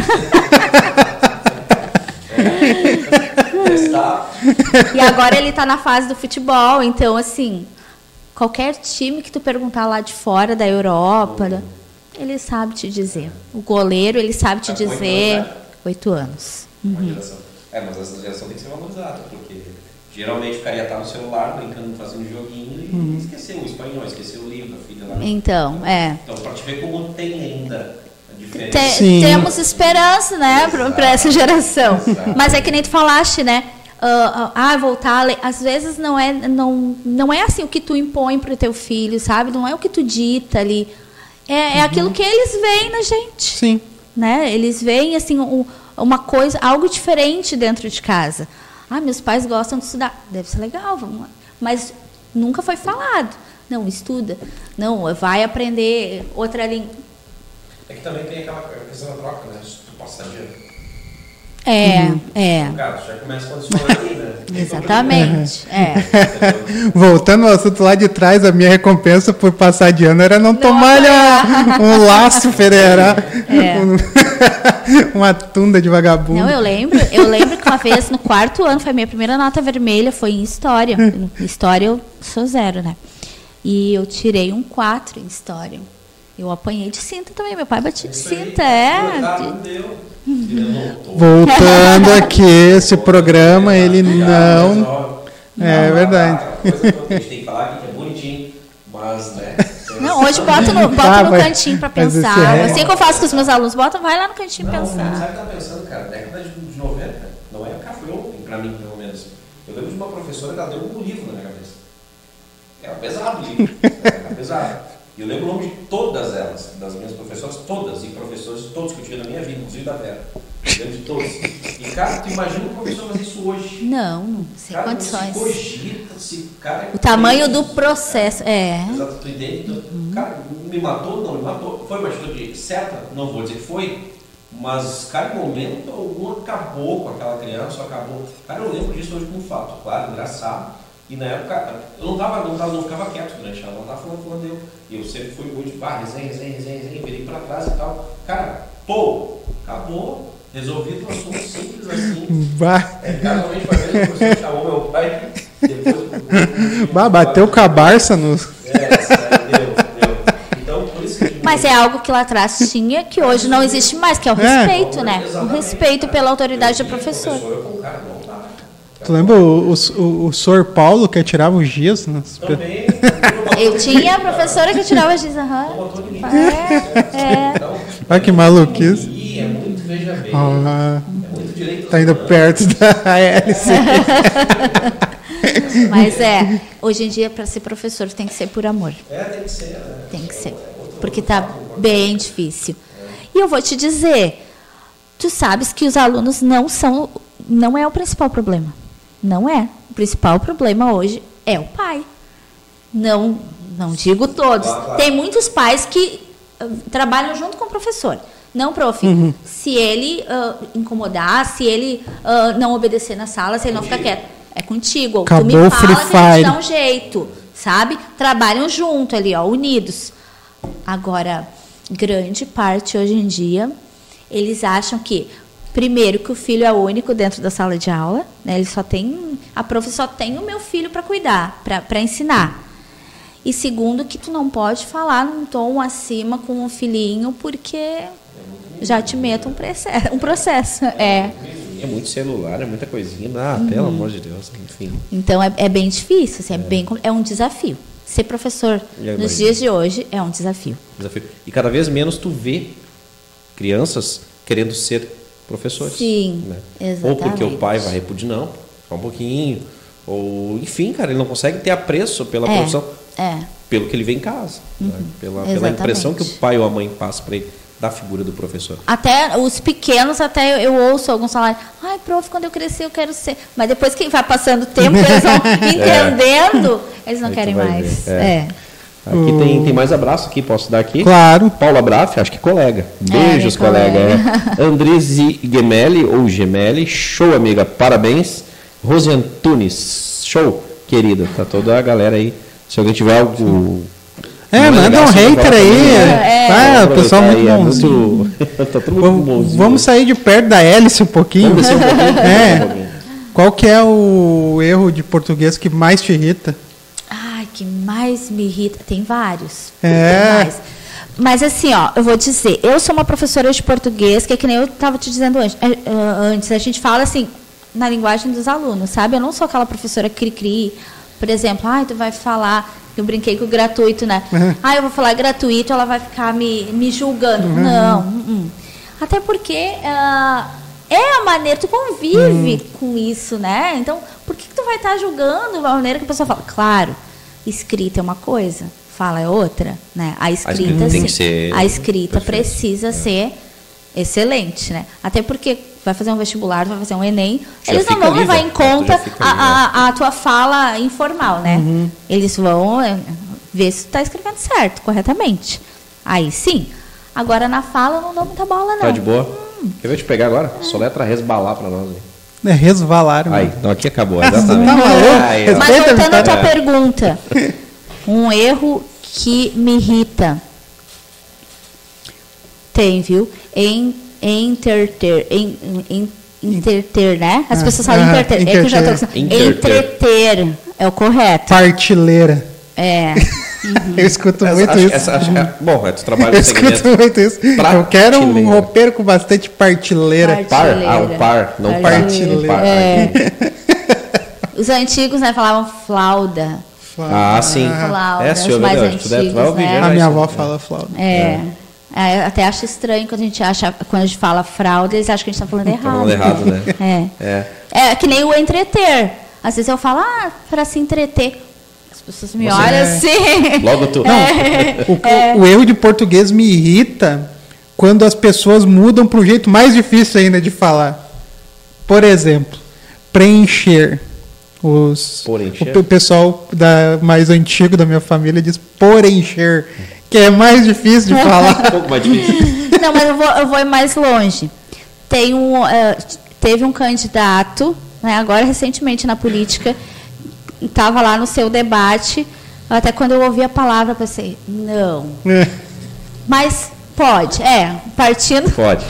E agora ele está na fase do futebol, então assim, qualquer time que tu perguntar lá de fora da Europa, ele sabe te dizer. O goleiro, ele sabe te dizer. 8 anos. Mas essa geração tem que ser valorizada, porque geralmente o cara ia estar no celular, brincando, fazendo joguinho e esqueceu o espanhol, esqueceu o livro, a filha lá. Então, Então, para te ver como tem ainda a diferença. Temos esperança, né, para essa geração. Exato. Mas é que nem tu falaste, né? Voltar a ler. Às vezes não é assim o que tu impõe para o teu filho, sabe? Não é o que tu dita ali. É aquilo que eles veem na gente. Sim. Né? Eles veem assim uma coisa, algo diferente dentro de casa. Meus pais gostam de estudar. Deve ser legal, vamos lá. Mas nunca foi falado. Não, estuda. Não, vai aprender outra língua. É que também tem aquela questão da troca, né? Se tu passar de Cara, já começa a condicionar ali, né? Exatamente. Voltando ao assunto lá de trás, a minha recompensa por passar de ano era não tomar um laço Ferreira. Uma tunda de vagabundo. Não, eu lembro que uma vez no 4º ano, foi a minha primeira nota vermelha, foi em História. Em História eu sou 0, né? E eu tirei um 4 em História. Eu apanhei de cinta também, meu pai batia de cinta, Voltando aqui, esse programa, ele não... É verdade. A gente tem que falar que é bonitinho, mas, né... Não, hoje bota no cantinho para pensar. Assim que eu faço com os meus alunos, vai lá no cantinho pensar. Não, sabe o que tá pensando, cara? Década de 90, não é café para mim, pelo menos. Eu lembro de uma professora que ela deu um livro na minha cabeça. Era pesado o livro, era pesado. E eu lembro o nome de todas elas, das minhas professoras, todas, e professores, todos que eu tive na minha vida, inclusive da Vera. Eu lembro de todos. E, cara, tu imagina um professor fazer isso hoje. Não, sem condições. Se cogita, cara, o tamanho do processo, Exato, tu entende? Então, cara, me matou? Não me matou. Foi uma atitude certa? Não vou dizer que foi. Mas, cara, em momento algum acabou com aquela criança, acabou. Cara, eu lembro disso hoje como fato, claro, engraçado. E na época, eu não ficava quieto durante ela, não estava falando eu. E eu sempre fui muito de resenha, virei para trás e tal. Cara, acabou, resolvido um assunto simples assim. Casualmente foi mesmo, o professor chamou meu pai, depois... bateu com a Barça nos... Deu. Então, por isso que... Mas é algo que lá atrás tinha, que hoje não existe mais, que é o respeito, né? O respeito pela autoridade do professor. Tu lembra o Sr. Paulo que atirava os giz? Também. Eu tinha a professora que tirava giz. Olha que maluquice. É muito, veja bem. Ah, É muito direito. tá indo perto da hélice. Mas hoje em dia, para ser professor, tem que ser por amor. Tem que ser, né? Tem que ser. Porque tá bem difícil. E eu vou te dizer, tu sabes que os alunos não é o principal problema. Não é. O principal problema hoje é o pai. Não digo todos. Claro. Tem muitos pais que trabalham junto com o professor. Não, prof. Se ele incomodar, se ele não obedecer na sala, se ele não ficar quieto, é contigo. Acabou tu me o fala Free que a gente Fire. dá um jeito, sabe? Trabalham junto ali, ó, unidos. Agora, grande parte hoje em dia, eles acham que, primeiro, que o filho é único dentro da sala de aula, né? A prof só tem o meu filho para cuidar, para ensinar. E segundo, que tu não pode falar num tom acima com o filhinho, porque já te mete um processo. É muito celular, é muita coisinha. Pelo amor de Deus, enfim. Então, é bem difícil, assim, é um desafio. Ser professor nos dias de hoje é um desafio. E cada vez menos tu vê crianças querendo ser professores. Sim, né? exatamente. Ou porque o pai vai repudiar, não, só um pouquinho. Ou, enfim, cara, ele não consegue ter apreço pela profissão. Pelo que ele vê em casa. Né? Pela impressão que o pai ou a mãe passa para ele da figura do professor. Até os pequenos, eu ouço alguns falarem, ai, prof, quando eu crescer eu quero ser. Mas depois que vai passando o tempo, eles vão entendendo, eles não querem mais. Aqui tem mais abraço aqui, posso dar aqui? Claro. Paula Braff, acho que colega. Beijos, colega. Andrese Gemelli, ou Gemelli, show, amiga, parabéns. Rose Antunes, show, querida. Tá toda a galera aí. Se alguém tiver algo... manda um hater aí. O pessoal muito bonzinho. Tá todo mundo bonzinho. Vamos sair de perto da hélice um pouquinho. Vamos descer um pouquinho. Qual que é o erro de português que mais te irrita? Ai, que mais me irrita. Tem vários. Mas assim, ó, eu vou dizer, eu sou uma professora de português, que é que nem eu estava te dizendo antes. A gente fala assim, na linguagem dos alunos, sabe? Eu não sou aquela professora cri-cri. Por exemplo, tu vai falar, eu brinquei com o gratuito, né? Eu vou falar gratuito, ela vai ficar me julgando. Não. Até porque é a maneira, tu convive com isso, né? Então, por que tu vai estar julgando a maneira que a pessoa fala? Claro, escrita é uma coisa, fala é outra, né? A escrita tem que ser a escrita precisa ser excelente, né? Até porque vai fazer um vestibular, vai fazer um Enem, eles não vão levar em conta a tua fala informal, né? Eles vão ver se tu está escrevendo certo, corretamente. Aí sim. Agora na fala eu não dou muita bola, não. Tá de boa? Quer ver eu te pegar agora? Só letra resbalar para nós. Resvalar. Aí, então aqui acabou, exatamente. Mas voltando à tua pergunta, um erro que me irrita. Tem, viu? Entreter, né? As pessoas falam entreter. É que eu já tô entreter é o correto. Partilheira. Eu escuto muito isso. Bom, tu trabalha no segmento. Eu escuto muito isso. Eu quero um roupeiro com bastante partilheira. O par, não partilheira. Os antigos, né, falavam flauda. Sim. Flauda, senhor, mais antigos, né? A minha avó fala flauda. Até acho estranho quando a gente fala fraude, eles acham que a gente está falando errado. Tá falando errado, né? É que nem o entreter. Às vezes eu falo, para se entreter. As pessoas me olham assim. Logo tu. O erro de português me irrita quando as pessoas mudam para o jeito mais difícil ainda de falar. Por exemplo, preencher. O pessoal mais antigo da minha família diz por encher. Que é mais difícil de falar. Um pouco mais difícil. Não, mas eu vou ir mais longe. Teve um candidato, né, agora recentemente na política, estava lá no seu debate, até quando eu ouvi a palavra, eu pensei, não. Mas pode, partindo. Pode.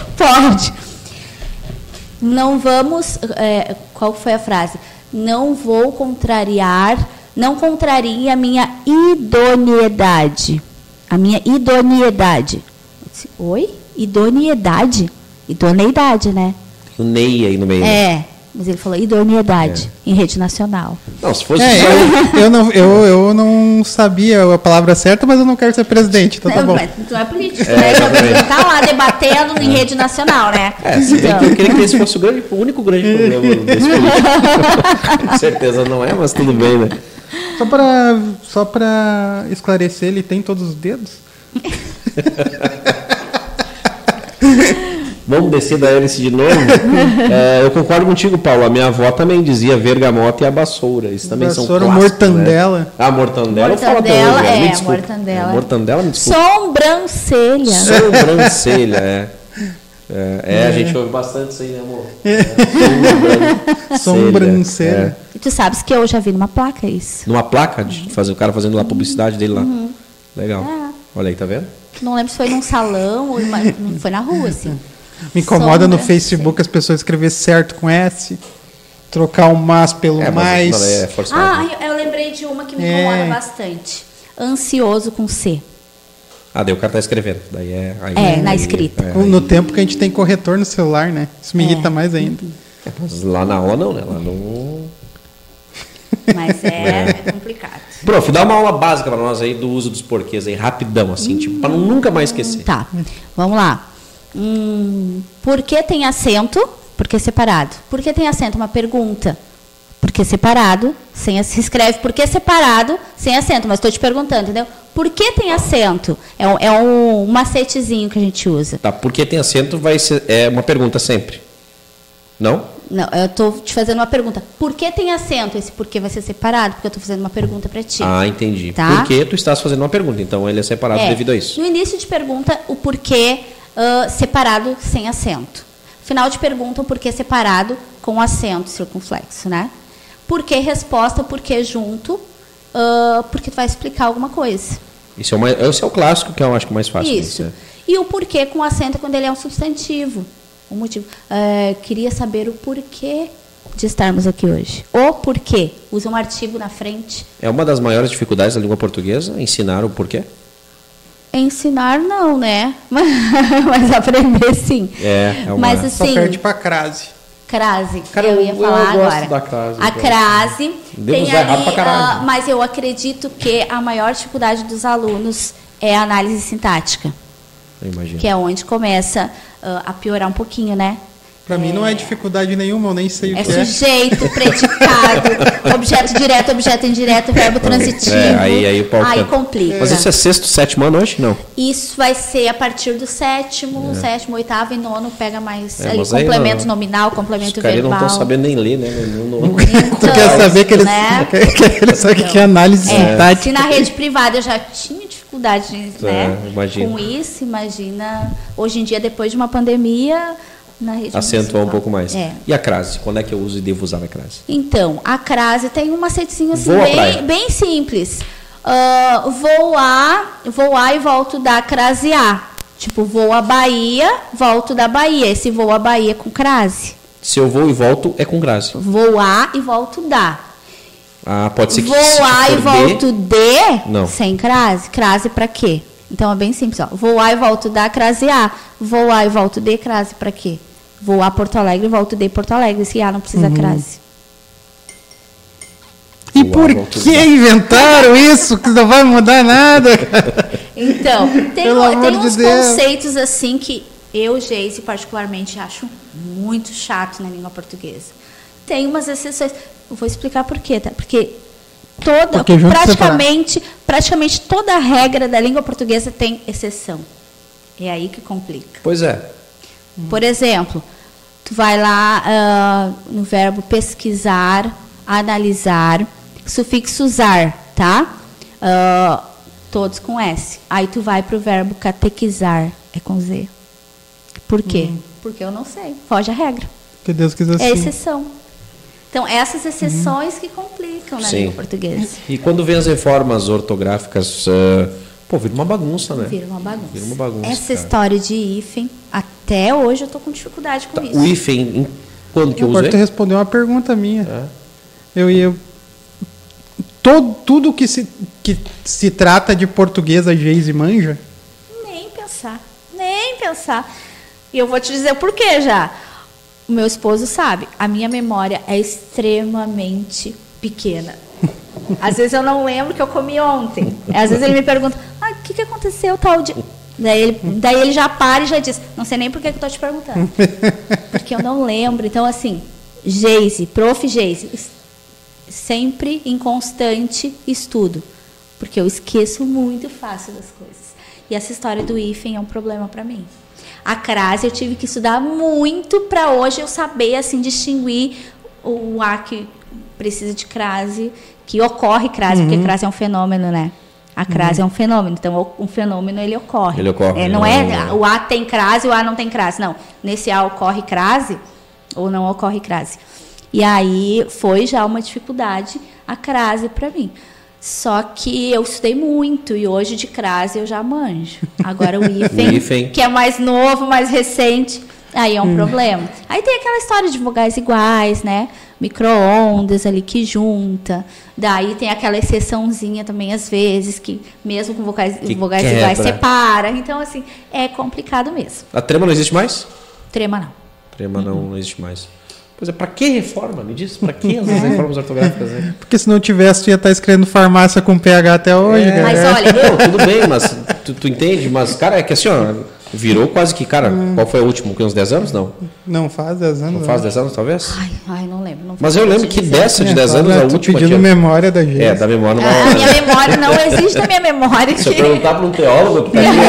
Não vamos. Qual foi a frase? Não vou não contrarie a minha idoneidade. A minha idoneidade. Oi? Idoneidade? Idoneidade, né? O Ney aí no meio. Mas ele falou idoneidade em rede nacional. Não, se fosse Eu não sabia a palavra certa, mas eu não quero ser presidente, então tá bom. Mas tu não é político, né? Ele tá lá debatendo em rede nacional, né? se bem que eu queria que esse fosse o único grande problema desse político. Com certeza não é, mas tudo bem, né? Só pra esclarecer, ele tem todos os dedos? Vamos descer da hélice de novo? Eu concordo contigo, Paulo. A minha avó também dizia vergamota e a bassoura. Isso também são clássicos, mortandela. Né? Ah, mortandela. Mortandela, me desculpa. mortandela. Mortandela, me desculpa. Sobrancelha. Sobrancelha, a gente ouve bastante isso aí, né, amor? Sobrancelha. E tu sabes que eu já vi numa placa isso. Numa placa? De fazer, o cara fazendo lá a publicidade dele lá. Legal. Olha aí, tá vendo? Não lembro se foi num salão ou foi na rua, assim. Me incomoda no Facebook as pessoas escrever certo com S, trocar o mas pelo mais. Eu lembrei de uma que me incomoda bastante. Ansioso com C. Daí o cara tá escrevendo. Daí na escrita. No tempo que a gente tem corretor no celular, né? Isso me irrita mais ainda. Mas lá na aula não, né? Lá no... Mas é complicado. Prof, dá uma aula básica para nós aí do uso dos porquês aí, rapidão, assim, tipo, para nunca mais esquecer. Tá, vamos lá. Por que tem acento? Por que separado? Por que tem acento? Uma pergunta. Por que separado? Se escreve por que separado, sem acento. Mas estou te perguntando, entendeu? Por que tem acento? É um macetezinho que a gente usa. Tá, por que tem acento é uma pergunta sempre. Não? Não, eu estou te fazendo uma pergunta. Por que tem acento? Esse porquê vai ser separado? Porque eu estou fazendo uma pergunta para ti. Entendi. Tá? Por que tu estás fazendo uma pergunta? Então ele é separado devido a isso. No início de pergunta, o porquê separado sem acento. Final de pergunta, o porquê separado com acento circunflexo, né? Porquê resposta, porquê junto, porque tu vai explicar alguma coisa. Esse é o clássico, que eu acho que é mais fácil. Isso. E o porquê com acento quando ele é um substantivo. O motivo. Queria saber o porquê de estarmos aqui hoje. O porquê. Usa um artigo na frente. É uma das maiores dificuldades da língua portuguesa, ensinar o porquê? Ensinar não, né? Mas aprender sim. Mas assim, só perde para crase. Crase. Cara, eu ia falar eu agora. Da crase, a crase tem ali, pra caralho. Mas eu acredito que a maior dificuldade dos alunos é a análise sintática. Eu imagino. Que é onde começa a piorar um pouquinho, né? Para mim não é dificuldade nenhuma, eu nem sei o que é. Sujeito, predicado, objeto direto, objeto indireto, verbo transitivo. Aí complica. Mas isso é sexto, sétimo ano hoje? Não. Isso vai ser a partir do sétimo, oitavo e nono pega mais ali, mas complemento nominal, complemento verbal. Eles não estão sabendo nem ler, né? Tu quer saber que eles sabem que é análise sintática. Se na rede privada eu já tinha dificuldade, né? Com isso, imagina. Hoje em dia, depois de uma pandemia, na rede acentuar um pouco mais. É. E a crase? Quando é que eu uso e devo usar a crase? Então, a crase tem um macetezinho assim, bem simples. Voar e volto da crasear. Tipo, vou à Bahia, volto da Bahia. Esse vou à Bahia com crase. Se eu vou e volto, é com crase. Voar e volto da. Pode ser que voar e volto de, não. Sem crase. Crase pra quê? Então é bem simples, ó. Voar e volto da, crasear. Voar e volto de, crase pra quê? Voar Porto Alegre e volto de Porto Alegre. Esse A não precisa crase. E por que inventaram isso? Que não vai mudar nada. Então, tem uns conceitos assim que eu, Geise, particularmente acho muito chato na língua portuguesa. Tem umas exceções. Eu vou explicar por quê, tá? Porque praticamente toda a regra da língua portuguesa tem exceção. É aí que complica. Pois é. Por exemplo, tu vai lá no verbo pesquisar, analisar, sufixo usar, tá? Todos com S. Aí tu vai para o verbo catequizar, é com Z. Por quê? Porque eu não sei. Foge a regra. Que Deus quis assim. É exceção. Então, essas exceções que complicam na língua portuguesa. E quando vem as reformas ortográficas, vira uma bagunça, né? Vira uma bagunça. Vira uma bagunça. Essa história de hífen, até hoje eu estou com dificuldade com isso. O hífen, quando que eu usei? Agora tu respondeu uma pergunta minha. Tudo que se trata de português, a Geise manja? Nem pensar. E eu vou te dizer o porquê já. o meu esposo sabe, a minha memória é extremamente pequena. Às vezes eu não lembro que eu comi ontem. Às vezes ele me pergunta, o que aconteceu tal dia? Daí ele já para e já diz, não sei nem por que eu estou te perguntando. Porque eu não lembro. Então, assim, Prof. Geise, sempre em constante estudo. Porque eu esqueço muito fácil das coisas. E essa história do hífen é um problema para mim. A crase eu tive que estudar muito para hoje eu saber assim distinguir o A que precisa de crase, que ocorre crase, porque crase é um fenômeno, né? A crase é um fenômeno, então um fenômeno ele ocorre. Ele ocorre. Não é o A tem crase, o A não tem crase, não. Nesse A ocorre crase ou não ocorre crase. E aí foi já uma dificuldade a crase para mim. Só que eu estudei muito e hoje de crase eu já manjo. Agora o hífen, que é mais novo, mais recente, aí é um problema. Aí tem aquela história de vogais iguais, né? Micro-ondas ali que junta. Daí tem aquela exceçãozinha também, às vezes, que mesmo com vogais iguais separa. Então, assim, é complicado mesmo. A trema não existe mais? Trema não. Trema não existe mais. Pois é, pra que reforma? Me diz, pra que as reformas ortográficas? Né? Porque se não tivesse, tu ia estar escrevendo farmácia com PH até hoje. Mas olha... Não, tudo bem, mas tu entende? Mas, cara, é que assim, ó, virou quase que, cara, qual foi o último? Uns 10 anos, não? Não faz 10 anos. Não faz 10 anos, talvez? Ai, não lembro. Mas eu lembro que dessa de 10 anos, a última... pedindo memória da gente. Da memória. A minha memória não existe na minha memória. Se eu perguntar para um teólogo, tu pede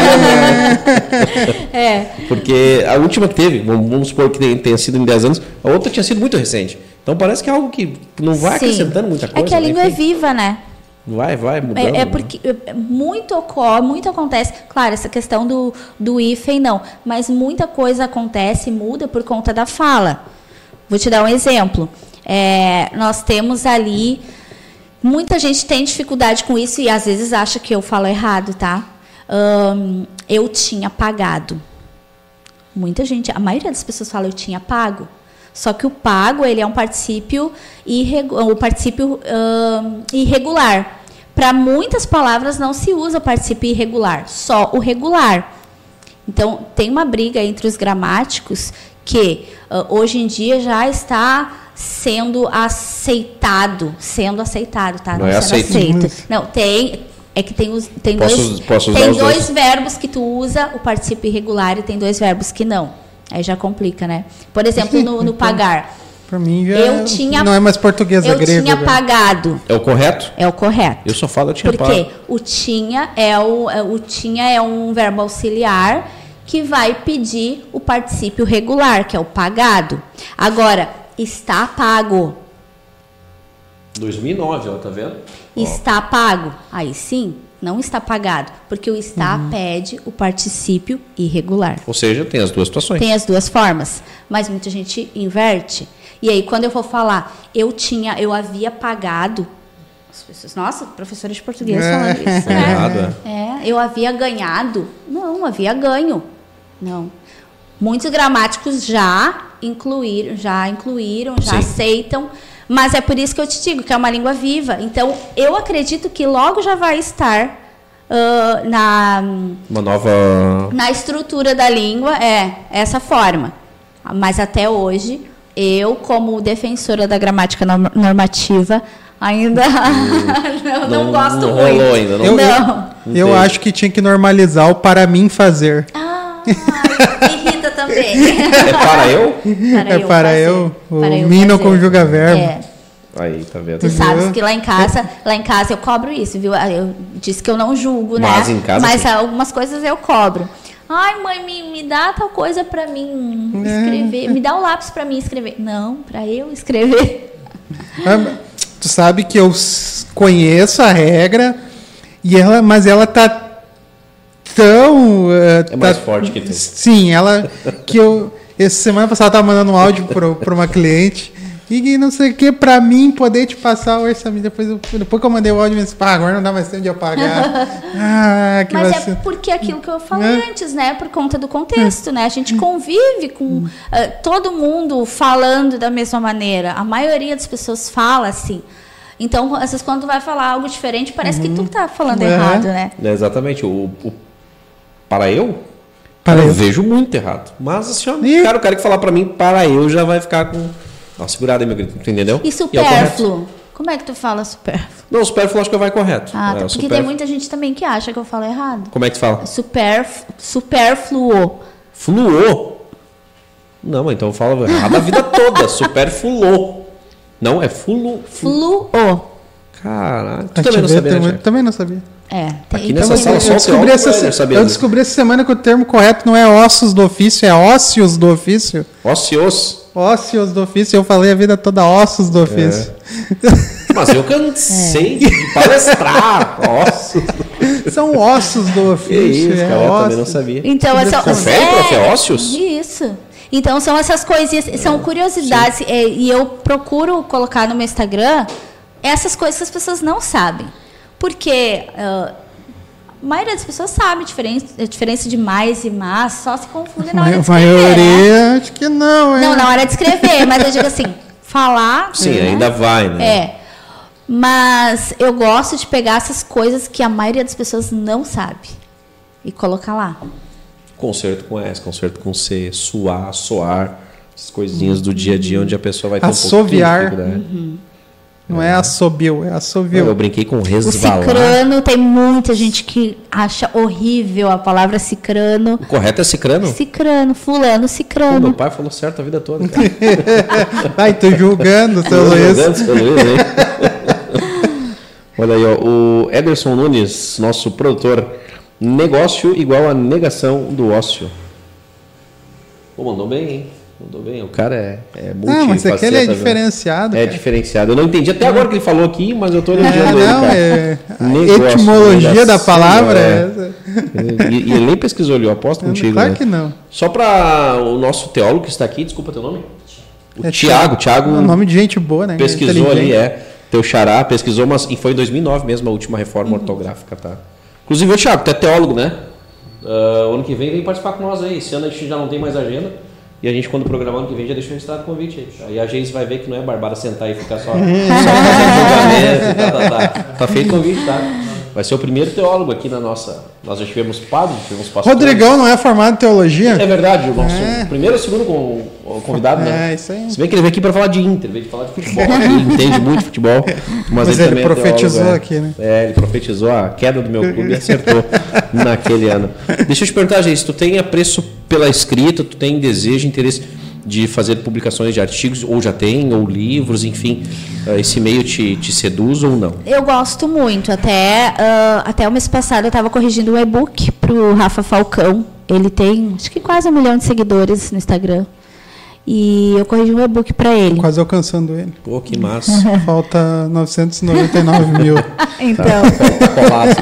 Porque a última que teve, vamos supor que tenha sido em 10 anos, a outra tinha sido muito recente. Então parece que é algo que não vai acrescentando muita coisa. É que a língua é viva, né? Vai mudando. É porque muito acontece. Claro, essa questão do hífen não. Mas muita coisa acontece e muda por conta da fala. Vou te dar um exemplo. Nós temos ali... Muita gente tem dificuldade com isso e às vezes acha que eu falo errado, tá? Eu tinha pagado. Muita gente... A maioria das pessoas fala eu tinha pago. Só que o pago, ele é um particípio irregular. Para muitas palavras não se usa o particípio irregular, só o regular. Então, tem uma briga entre os gramáticos que hoje em dia já está sendo aceitado, tá? Não é aceito. Não, tem Posso usar dois verbos que tu usa o particípio irregular e tem 2 verbos que não. Aí já complica, né? Por exemplo, no pagar. Para mim já não é mais português, é grego. Eu tinha pagado. É o correto? É o correto. Eu só falo eu tinha pago. Porque o tinha é um verbo auxiliar que vai pedir o particípio regular, que é o pagado. Agora, está pago. 2009, ó, tá vendo? Está pago. Aí sim, não está pagado, porque o está pede o particípio irregular. Ou seja, tem as duas situações. Tem as duas formas, mas muita gente inverte. E aí, quando eu for falar, eu havia pagado, as pessoas, nossa, professora de português falando isso, né? Errado, eu havia ganhado. Não, havia ganho. Não. Muitos gramáticos já incluíram, já aceitam. Mas é por isso que eu te digo que é uma língua viva. Então, eu acredito que logo já vai estar na estrutura da língua, essa forma. Mas até hoje, eu, como defensora da gramática normativa, ainda não gosto muito. Ainda, eu acho que tinha que normalizar o para mim fazer. Irrita também. É para eu? Para eu. O mim não conjuga verbo. Aí, tá vendo? Tu sabes que lá em casa eu cobro isso, viu? Eu disse que eu não julgo, mas né? Em casa, mas algumas coisas eu cobro. Ai, mãe, me dá tal coisa pra mim escrever. Me dá o lápis pra mim escrever. Não, pra eu escrever. Tu sabe que eu conheço a regra, mas ela tá tão... mais forte que tu. Sim, essa semana passada eu estava mandando um áudio para uma cliente e não sei o que, para mim poder te passar o orçamento. Depois que eu mandei o áudio, eu disse, agora não dá mais tempo de eu pagar. Mas é porque aquilo que eu falei antes, né? Por conta do contexto, né? A gente convive com todo mundo falando da mesma maneira. A maioria das pessoas fala assim. Então, às vezes, quando tu vai falar algo diferente, parece que tu tá falando errado, né? Exatamente. O para eu Eu vejo muito errado. Mas assim, cara, o cara que falar pra mim, para eu, já vai ficar com... Dá uma segurada aí, meu querido, tu entendeu? E supérfluo? Como é que tu fala supérfluo? Não, supérfluo acho que vai correto. Ah, tá, porque tem muita gente também que acha que eu falo errado. Como é que tu fala? Superfluo. Fluo? Não, mas então eu falo errado a vida toda. Superfluo. Não, é fluo. Fluo. Caralho. Tu também não sabia, né, também não sabia. Aqui nessa sala só eu descobri essa semana que o termo correto não é ossos do ofício, é ósseos do ofício. Ósseos. Ósseos do ofício, eu falei a vida toda ossos do ofício. Mas eu cansei de palestrar. Ossos. São ossos do ofício. Isso, cara, eu também não sabia. Então, confere, prof, é ósseos? Isso. Então, são essas coisinhas, são curiosidades. E eu procuro colocar no meu Instagram essas coisas que as pessoas não sabem. Porque a maioria das pessoas sabe a diferença de mais e mas, só se confunde na hora de escrever. A maioria, acho que não, Não, na hora de escrever, mas eu digo assim, falar... Sim, ainda vai, né? Mas eu gosto de pegar essas coisas que a maioria das pessoas não sabe e colocar lá. Concerto com S, concerto com C, suar, soar, essas coisinhas do dia a dia onde a pessoa vai ter assoviar. um pouco de dificuldade. Não é assobio, é assovio. Eu brinquei com resvalar. O cicrano, tem muita gente que acha horrível a palavra cicrano. O correto é cicrano? Cicrano, fulano, cicrano. Meu pai falou certo a vida toda, cara. Ai, tô julgando, seu Luiz. Olha aí, ó, o Ederson Nunes, nosso produtor, negócio igual a negação do ócio. Pô, mandou bem, hein? Mandou bem, o cara é multifaceta. Mas aquele é diferenciado. É diferenciado. Eu não entendi até agora o que ele falou aqui, mas eu estou elogiando ele, cara. A etimologia da palavra é essa. E ele nem pesquisou ali, eu aposto contigo. Claro que não. Só para o nosso teólogo que está aqui, desculpa teu nome? O Tiago. É um nome de gente boa, né? Pesquisou ali, teu xará, pesquisou, e foi em 2009 mesmo a última reforma ortográfica, tá? Inclusive, Tiago, tu é teólogo, né? Ano que vem participar com nós aí. Esse ano a gente já não tem mais agenda. E a gente, quando programar ano que vem, já deixou registrado o convite aí. Aí a Geise vai ver que não é barbada sentar e ficar só fazendo julgamento e tal. Tá feito o convite, tá? Vai ser o primeiro teólogo aqui na nossa... Nós já tivemos padre, tivemos pastor. Rodrigão não é formado em teologia? É verdade, o nosso primeiro ou segundo convidado, né? É, isso aí. Se bem que ele veio aqui para falar de Inter, veio falar de futebol. Ele entende muito futebol. Mas ele também profetizou teólogo, aqui, né? Ele profetizou a queda do meu clube e acertou naquele ano. Deixa eu te perguntar, gente, tu tem apreço pela escrita, tu tem desejo, interesse de fazer publicações de artigos, ou já tem, ou livros, enfim, esse meio te seduz ou não? Eu gosto muito. Até o mês passado eu estava corrigindo um e-book para o Rafa Falcão. Ele tem, acho que quase 1 milhão de seguidores no Instagram. E eu corrigi um e-book para ele. Quase alcançando ele. Pô, que massa. Falta 999 mil. Então. Tá colado.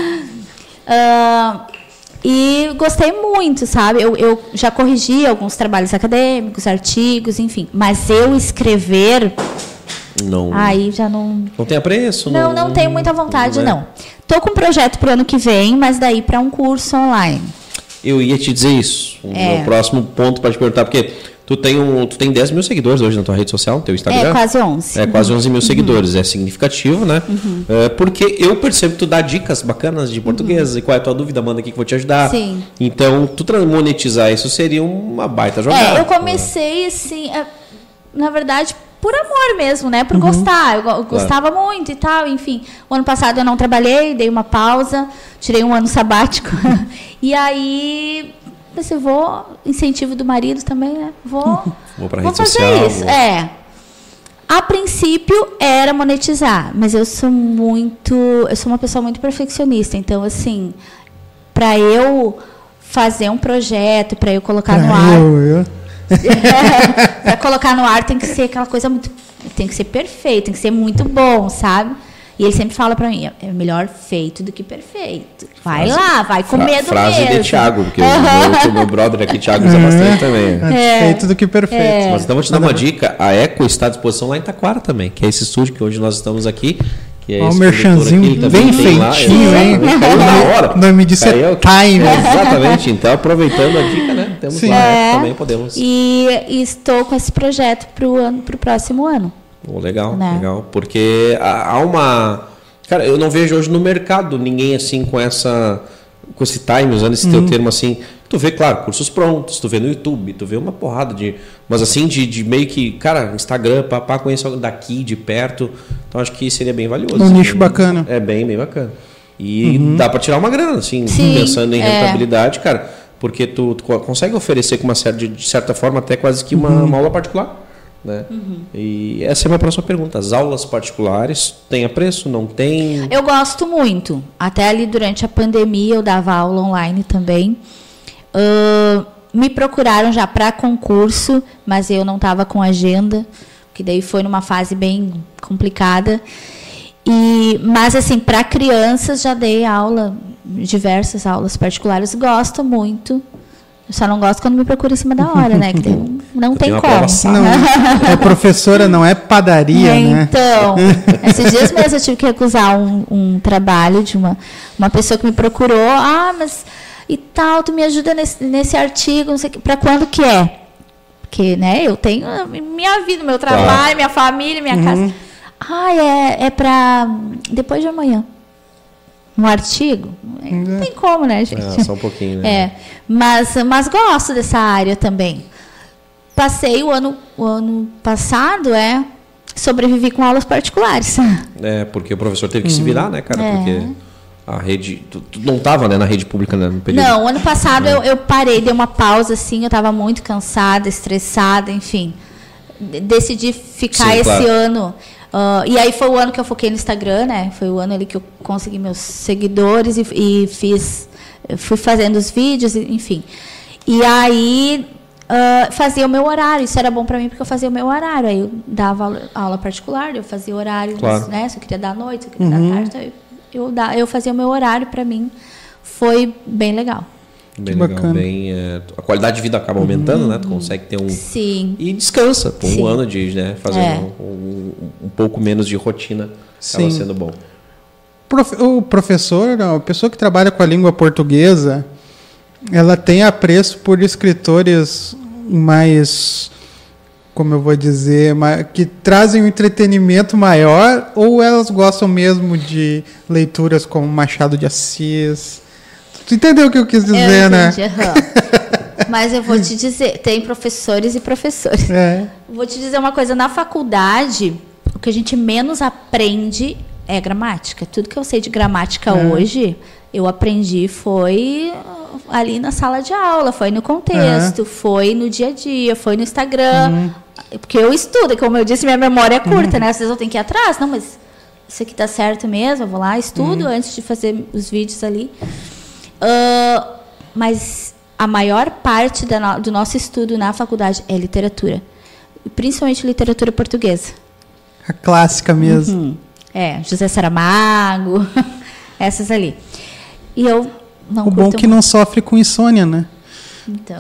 E gostei muito, sabe? Eu já corrigi alguns trabalhos acadêmicos, artigos, enfim. Mas eu escrever... Não. Aí já não... Não tem apreço? Não tenho muita vontade, não. Estou com um projeto para o ano que vem, mas daí para um curso online. Eu ia te dizer isso. O meu próximo ponto para te perguntar, porque... Tu tem 10 mil seguidores hoje na tua rede social, no teu Instagram? Quase 11. Quase 11 mil seguidores. É significativo, né? Porque eu percebo que tu dá dicas bacanas de português. E qual é a tua dúvida? Manda aqui que eu vou te ajudar. Sim. Então, tu monetizar isso seria uma baita jogada. Eu comecei, assim, na verdade, por amor mesmo, né? Por gostar. Eu gostava muito e tal, enfim. O ano passado eu não trabalhei, dei uma pausa, tirei um ano sabático. E aí... Você incentivo do marido também, né? Vou pra rede fazer social, isso. A princípio era monetizar, mas eu sou uma pessoa muito perfeccionista, então assim, para eu fazer um projeto, para eu colocar no ar, para colocar no ar tem que ser aquela coisa tem que ser perfeito, tem que ser muito bom, sabe? E ele sempre fala pra mim, é melhor feito do que perfeito. Vai lá, vai com medo frase mesmo. De Thiago, porque o meu brother aqui, Thiago, usa bastante também. Feito do que perfeito. Mas então vou te dar uma dica, a Eco está à disposição lá em Taquara também, que é esse estúdio que hoje nós estamos aqui. Olha o merchanzinho bem feitinho, hein? Caiu na hora. O nome disso é Time. Exatamente, então aproveitando a dica, né? Temos lá também, podemos. E estou com esse projeto pro próximo ano. Legal, legal. Porque há uma... Cara, eu não vejo hoje no mercado ninguém assim com esse time, usando esse teu termo assim, Tu vê, claro, cursos prontos, tu vê no YouTube, tu vê uma porrada de... Mas assim, de meio que, cara, Instagram, para conhecer alguém daqui, de perto. Então acho que seria bem valioso. Um nicho bacana. É bem bacana. E dá para tirar uma grana, assim, Sim, pensando em rentabilidade, cara. Porque tu consegue oferecer com de certa forma até quase que uma aula particular. Né? E essa é a minha próxima pergunta. As aulas particulares têm preço? Não tem? Eu gosto muito. Até ali durante a pandemia eu dava aula online também. Me procuraram já para concurso, mas eu não estava com agenda, que daí foi numa fase bem complicada. Mas assim, para crianças já dei aula, diversas aulas particulares. Gosto muito. Eu só não gosto quando me procura em cima da hora, né? Que não tem como. Não, é professora, não é padaria, né? Então, esses dias mesmo eu tive que recusar um trabalho de uma pessoa que me procurou. Mas e tal, tu me ajuda nesse artigo, não sei o que. Para quando que é? Porque, né, eu tenho minha vida, meu trabalho, minha família, minha casa. É para depois de amanhã. Um artigo? Não tem como, né, gente? Só um pouquinho, né? Mas gosto dessa área também. Passei o ano passado, sobrevivi com aulas particulares. Porque o professor teve que se virar, né, cara? Porque a rede... Tu não estava, né, na rede pública, né, no período? Não, ano passado eu parei, dei uma pausa, assim, eu estava muito cansada, estressada, enfim. Decidi ficar ano... e aí foi o ano que eu foquei no Instagram, né? Foi o ano ali que eu consegui meus seguidores e fui fazendo os vídeos, enfim. E aí fazia o meu horário. Isso era bom para mim porque eu fazia o meu horário. Aí eu dava aula particular, eu fazia horário, né? Se eu queria dar à noite, se eu queria dar à tarde, eu fazia o meu horário. Para mim foi bem legal. Bem legal, a qualidade de vida acaba aumentando, né? Tu consegue ter Sim. E descansa por um ano de, né? Fazer um pouco menos de rotina. Acaba sendo bom. O professor, a pessoa que trabalha com a língua portuguesa, ela tem apreço por escritores mais, como eu vou dizer, que trazem um entretenimento maior, ou elas gostam mesmo de leituras como Machado de Assis? Tu entendeu o que eu quis dizer, né? Mas eu vou te dizer, tem professores e professores. Vou te dizer uma coisa, na faculdade, o que a gente menos aprende é gramática. Tudo que eu sei de gramática hoje, eu aprendi foi ali na sala de aula, foi no contexto, foi no dia a dia, foi no Instagram. Porque eu estudo, como eu disse, minha memória é curta, né? Às vezes eu tenho que ir atrás. Não, mas isso aqui tá certo mesmo, eu vou lá, estudo antes de fazer os vídeos ali. Mas a maior parte do nosso estudo na faculdade é literatura. Principalmente literatura portuguesa. A clássica mesmo. José Saramago, essas ali. E eu não curto. O bom é que não sofre com insônia, né? Então.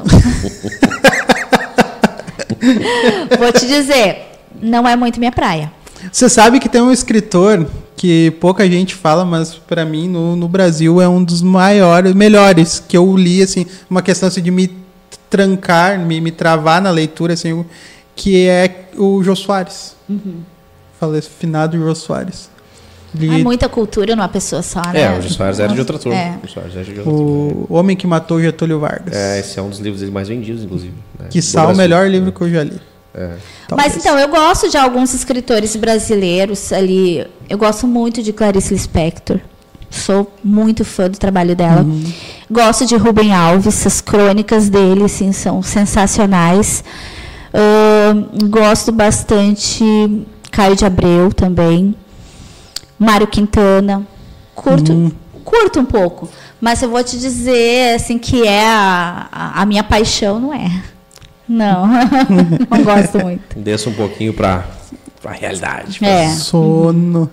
Vou te dizer, não é muito minha praia. Você sabe que tem um escritor que pouca gente fala, mas para mim no Brasil é um dos melhores que eu li, assim, uma questão assim, de me trancar, me travar na leitura, assim, que é o Jô Soares. Falei, finado Jô Soares. Há muita cultura numa pessoa só, né? O Jô Soares era de outra turma. O Homem que Matou Getúlio Vargas. Esse é um dos livros mais vendidos, inclusive. Né? Quiçá o melhor livro que eu já li. Mas então, eu gosto de alguns escritores brasileiros ali. Eu gosto muito de Clarice Lispector. Sou muito fã do trabalho dela. Gosto de Rubem Alves. As crônicas dele, assim, são sensacionais. Gosto bastante Caio de Abreu também. Mário Quintana. Curto um pouco. Mas eu vou te dizer assim, que é a minha paixão, não é. Não, não gosto muito. Desça um pouquinho para a realidade. Sono.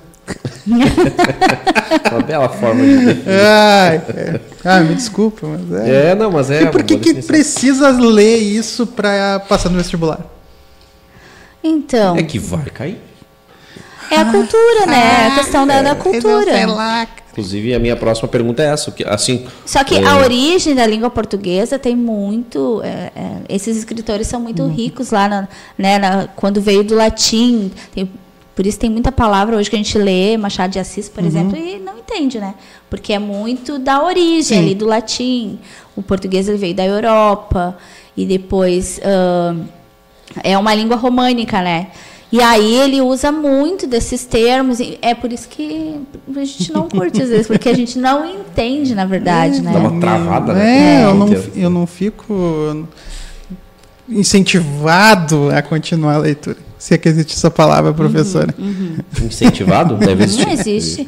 Uma bela forma de me desculpa, mas mas E por que precisa ler isso para passar no vestibular? Então. É que vai cair. É a cultura, né? A questão da cultura. Inclusive, a minha próxima pergunta é essa. Assim, só que a origem da língua portuguesa tem muito... esses escritores são muito ricos lá, quando veio do latim. Por isso tem muita palavra hoje que a gente lê, Machado de Assis, por exemplo, e não entende, né? Porque é muito da origem ali, do latim. O português ele veio da Europa, e depois é uma língua românica, né? E aí ele usa muito desses termos, e é por isso que a gente não curte às vezes, porque a gente não entende, na verdade, né? Dá uma travada, né? Eu não fico incentivado a continuar a leitura. Se é que existe essa palavra, professora. Incentivado? Deve existir. Não existe.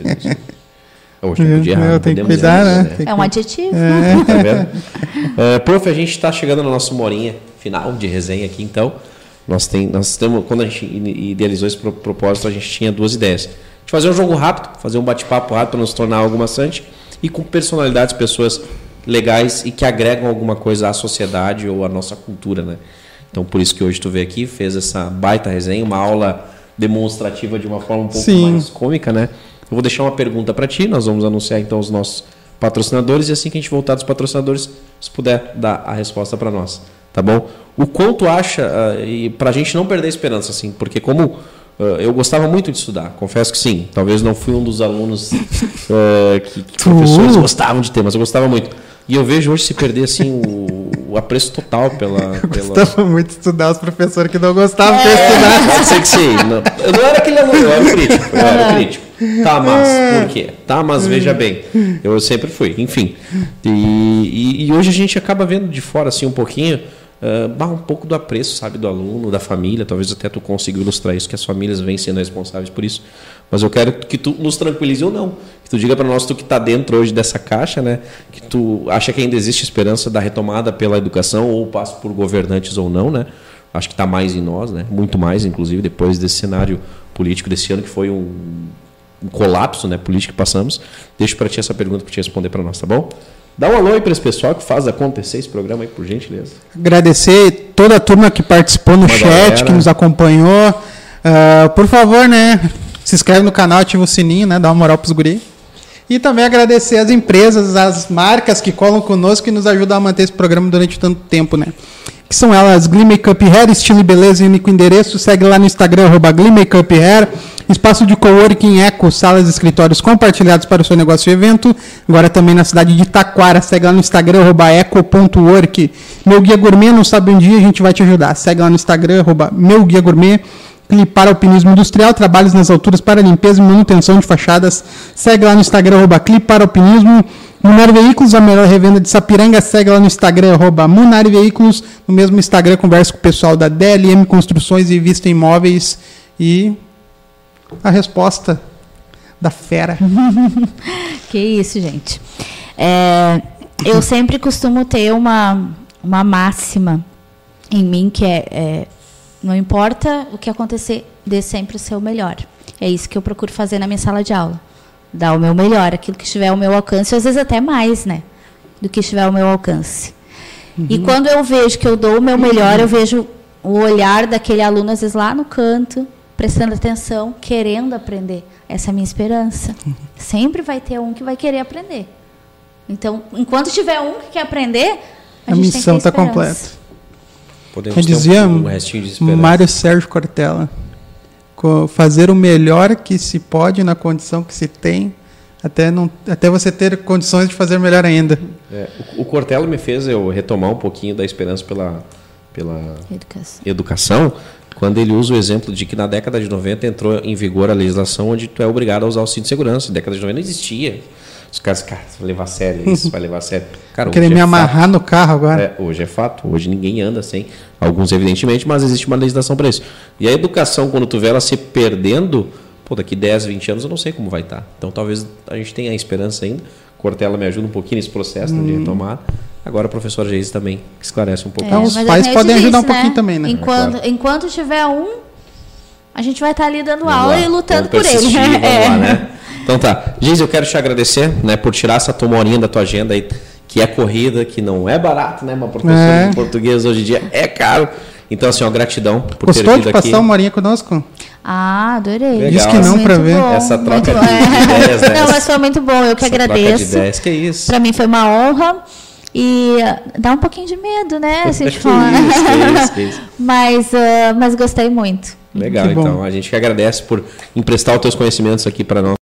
Eu tenho que cuidar, né? É um adjetivo. Tá vendo? Prof, a gente está chegando na nossa horinha final de resenha aqui, então. Nós temos, quando a gente idealizou esse propósito, a gente tinha 2 ideias. A gente fazer um jogo rápido, fazer um bate-papo rápido para nos tornar algo maçante e com personalidades, pessoas legais e que agregam alguma coisa à sociedade ou à nossa cultura, né? Então, por isso que hoje tu veio aqui, fez essa baita resenha, uma aula demonstrativa de uma forma um pouco mais cômica, né? Eu vou deixar uma pergunta para ti, nós vamos anunciar então os nossos patrocinadores e assim que a gente voltar dos patrocinadores, se puder dar a resposta para nós. Tá bom? O quanto acha, e para a gente não perder a esperança, assim, porque como eu gostava muito de estudar, confesso que sim, talvez não fui um dos alunos que professores gostavam de ter, mas eu gostava muito. E eu vejo hoje se perder assim, o apreço total pela... Eu gostava muito de estudar, os professores que não gostavam de estudar. Pode ser que sim. Eu não era aquele aluno, eu era crítico. Tá, mas por quê? Tá, mas veja bem. Eu sempre fui, enfim. E hoje a gente acaba vendo de fora assim um pouquinho... um pouco do apreço, sabe, do aluno, da família, talvez até tu consiga ilustrar isso, que as famílias vêm sendo responsáveis por isso, mas eu quero que tu nos tranquilize ou não, que tu diga para nós, tu que está dentro hoje dessa caixa, né, que tu acha que ainda existe esperança da retomada pela educação, ou passa por governantes ou não, né, acho que está mais em nós, né, muito mais, inclusive, depois desse cenário político desse ano, que foi um colapso, né, político que passamos. Deixo para ti essa pergunta para te responder para nós, tá bom? Dá um alô aí para esse pessoal que faz acontecer esse programa aí, por gentileza. Agradecer toda a turma que participou no chat, que nos acompanhou. Por favor, né, se inscreve no canal, ativa o sininho, né, dá uma moral pros guri. E também agradecer as empresas, as marcas que colam conosco e nos ajudam a manter esse programa durante tanto tempo, né. Que são elas, Glee Makeup Hair, estilo e beleza e único endereço. Segue lá no Instagram, @Glee Makeup Hair. Espaço de coworking Eco, salas e escritórios compartilhados para o seu negócio e evento. Agora também na cidade de Taquara. Segue lá no Instagram, @eco.work. Meu Guia Gourmet, não sabe um dia, a gente vai te ajudar. Segue lá no Instagram, Meu Guia Gourmet. Clipar Alpinismo Industrial, trabalhos nas alturas para limpeza e manutenção de fachadas. Segue lá no Instagram, @Clipar Alpinismo. Munari Veículos, a melhor revenda de Sapiranga. Segue lá no Instagram, @Munari Veículos. No mesmo Instagram, conversa com o pessoal da DLM Construções e Vista Imóveis. E a resposta da fera. Que isso, gente. Eu sempre costumo ter uma máxima em mim, que não importa o que acontecer, dê sempre o seu melhor. É isso que eu procuro fazer na minha sala de aula. Dar o meu melhor, aquilo que estiver ao meu alcance, às vezes até mais, né, do que estiver ao meu alcance. E quando eu vejo que eu dou o meu melhor, eu vejo o olhar daquele aluno, às vezes lá no canto, prestando atenção, querendo aprender. Essa é a minha esperança. Sempre vai ter um que vai querer aprender. Então, enquanto tiver um que quer aprender, a missão está completa. Podemos dizia ter um restinho de esperança. Mário Sérgio Cortella, fazer o melhor que se pode na condição que se tem, até você ter condições de fazer melhor ainda. O Cortella me fez eu retomar um pouquinho da esperança pela educação, quando ele usa o exemplo de que na década de 90 entrou em vigor a legislação onde tu é obrigado a usar o cinto de segurança. Na década de 90 não existia. Os caras, você vai levar a sério isso, vai levar a sério. Cara, querer me amarrar no carro agora. Hoje é fato. Hoje ninguém anda sem. Alguns, evidentemente, mas existe uma legislação para isso. E a educação, quando tu vê ela se perdendo, daqui 10, 20 anos eu não sei como vai estar. Então talvez a gente tenha a esperança ainda. Cortella me ajuda um pouquinho nesse processo de retomar. Agora a professora Geise também esclarece um pouco. Então os pais podem ajudar um pouquinho também, né? Enquanto tiver um, a gente vai estar ali dando aula e lutando por ele. Vamos lá, né? Então tá. Geise, eu quero te agradecer, né, por tirar essa tua horinha da tua agenda aí, que é corrida, que não é barato, né? Uma professora de português hoje em dia é caro. Então, assim, gratidão por ter vindo aqui. Gostou de passar uma horinha conosco? Adorei. Legal. Diz que não para ver. Essa troca de ideias, né? Não, mas foi muito bom. Eu que agradeço. Troca de ideias, que é isso. Para mim foi uma honra. E dá um pouquinho de medo, né? A gente fala. Isso. Mas gostei muito. Legal, então. A gente que agradece por emprestar os teus conhecimentos aqui para nós.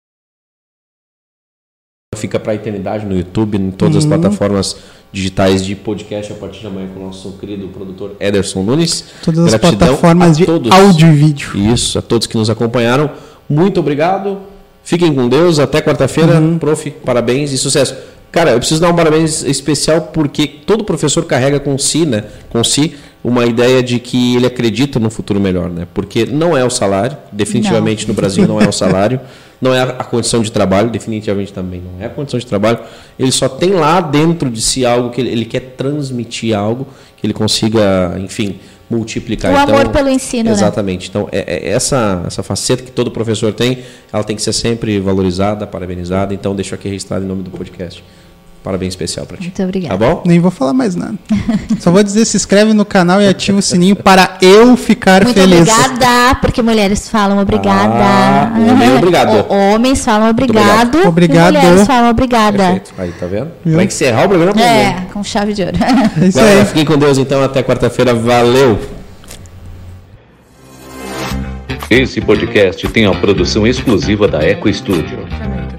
Fica para a eternidade no YouTube, em todas as plataformas digitais de podcast a partir de amanhã com o nosso querido produtor Ederson Nunes. Todas as plataformas de áudio e vídeo. Isso, a todos que nos acompanharam. Muito obrigado. Fiquem com Deus. Até quarta-feira. Prof, parabéns e sucesso. Cara, eu preciso dar um parabéns especial porque todo professor carrega com si, né? Uma ideia de que ele acredita no futuro melhor, né? Porque não é o salário, definitivamente no Brasil não é o salário, não é a condição de trabalho, definitivamente também não é a condição de trabalho. Ele só tem lá dentro de si algo que ele quer transmitir algo, que ele consiga, enfim, multiplicar. O amor pelo ensino, exatamente. Né? Então, essa faceta que todo professor tem, ela tem que ser sempre valorizada, parabenizada. Então, deixo aqui registrado em nome do podcast. Parabéns especial para ti. Muito obrigada. Tá bom? Nem vou falar mais nada. Só vou dizer, se inscreve no canal e ativa o sininho para eu ficar feliz. Muito obrigada, porque mulheres falam obrigada. Obrigado. Homens falam obrigado. Obrigado. E mulheres falam obrigada. Perfeito. Aí, tá vendo? Vai encerrar o programa. Com chave de ouro. É isso aí. Fiquem com Deus, então. Até quarta-feira. Valeu! Esse podcast tem a produção exclusiva da Eco Studio.